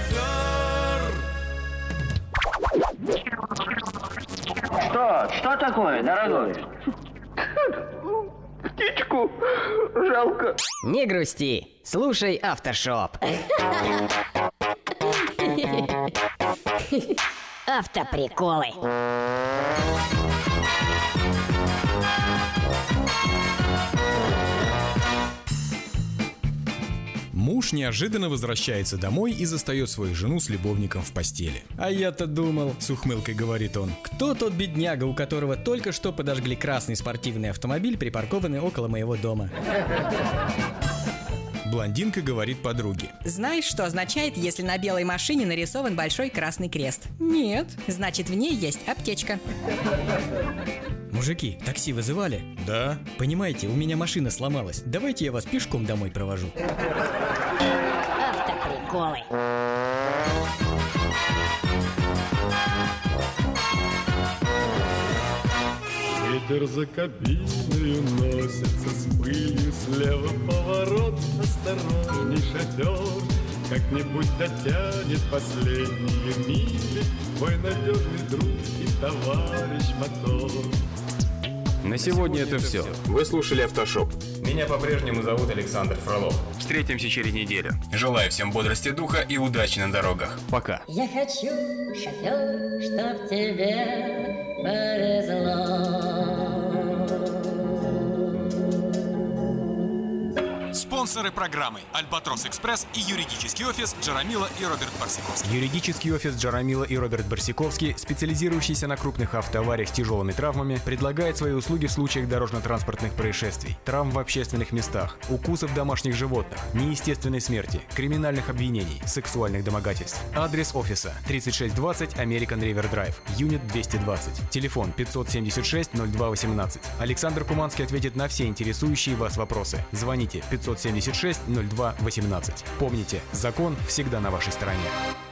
шофер. Что? Что такое, дорогой? Птичку жалко. Не грусти, слушай Автошоп. Автоприколы. Муж неожиданно возвращается домой и застает свою жену с любовником в постели. А я-то думал, с ухмылкой говорит он, кто тот бедняга, у которого только что подожгли красный спортивный автомобиль, припаркованный около моего дома. Блондинка говорит подруге. Знаешь, что означает, если на белой машине нарисован большой красный крест? Нет. Значит, в ней есть аптечка. Мужики, такси вызывали? Да. Понимаете, у меня машина сломалась. Давайте я вас пешком домой провожу. Автоприколы. Ветер за кабиною носится с пылью, слева поворот, осторожней шатер. Как-нибудь дотянет последние мили твой надежный друг и товарищ мотор. На сегодня это все. Вы слушали «Автошоп». Меня по-прежнему зовут Александр Фролов. Встретимся через неделю. Желаю всем бодрости духа и удачи на дорогах. Пока. Я хочу, шофер, чтоб тебе повезло. Спонсоры программы «Альбатрос Экспресс» и юридический офис Джарамила и Роберт Барсиковский. Юридический офис Джарамила и Роберт Барсиковский, специализирующийся на крупных автоавариях с тяжелыми травмами, предлагает свои услуги в случаях дорожно-транспортных происшествий, травм в общественных местах, укусов домашних животных, неестественной смерти, криминальных обвинений, сексуальных домогательств. Адрес офиса тридцать шесть двадцать American River Drive, юнит двести двадцать. Телефон пятьсот семьдесят шесть ноль два восемнадцать. Александр Куманский ответит на все интересующие вас вопросы. Звоните пятьсот семьдесят шесть ноль два восемнадцать. Помните, закон всегда на вашей стороне.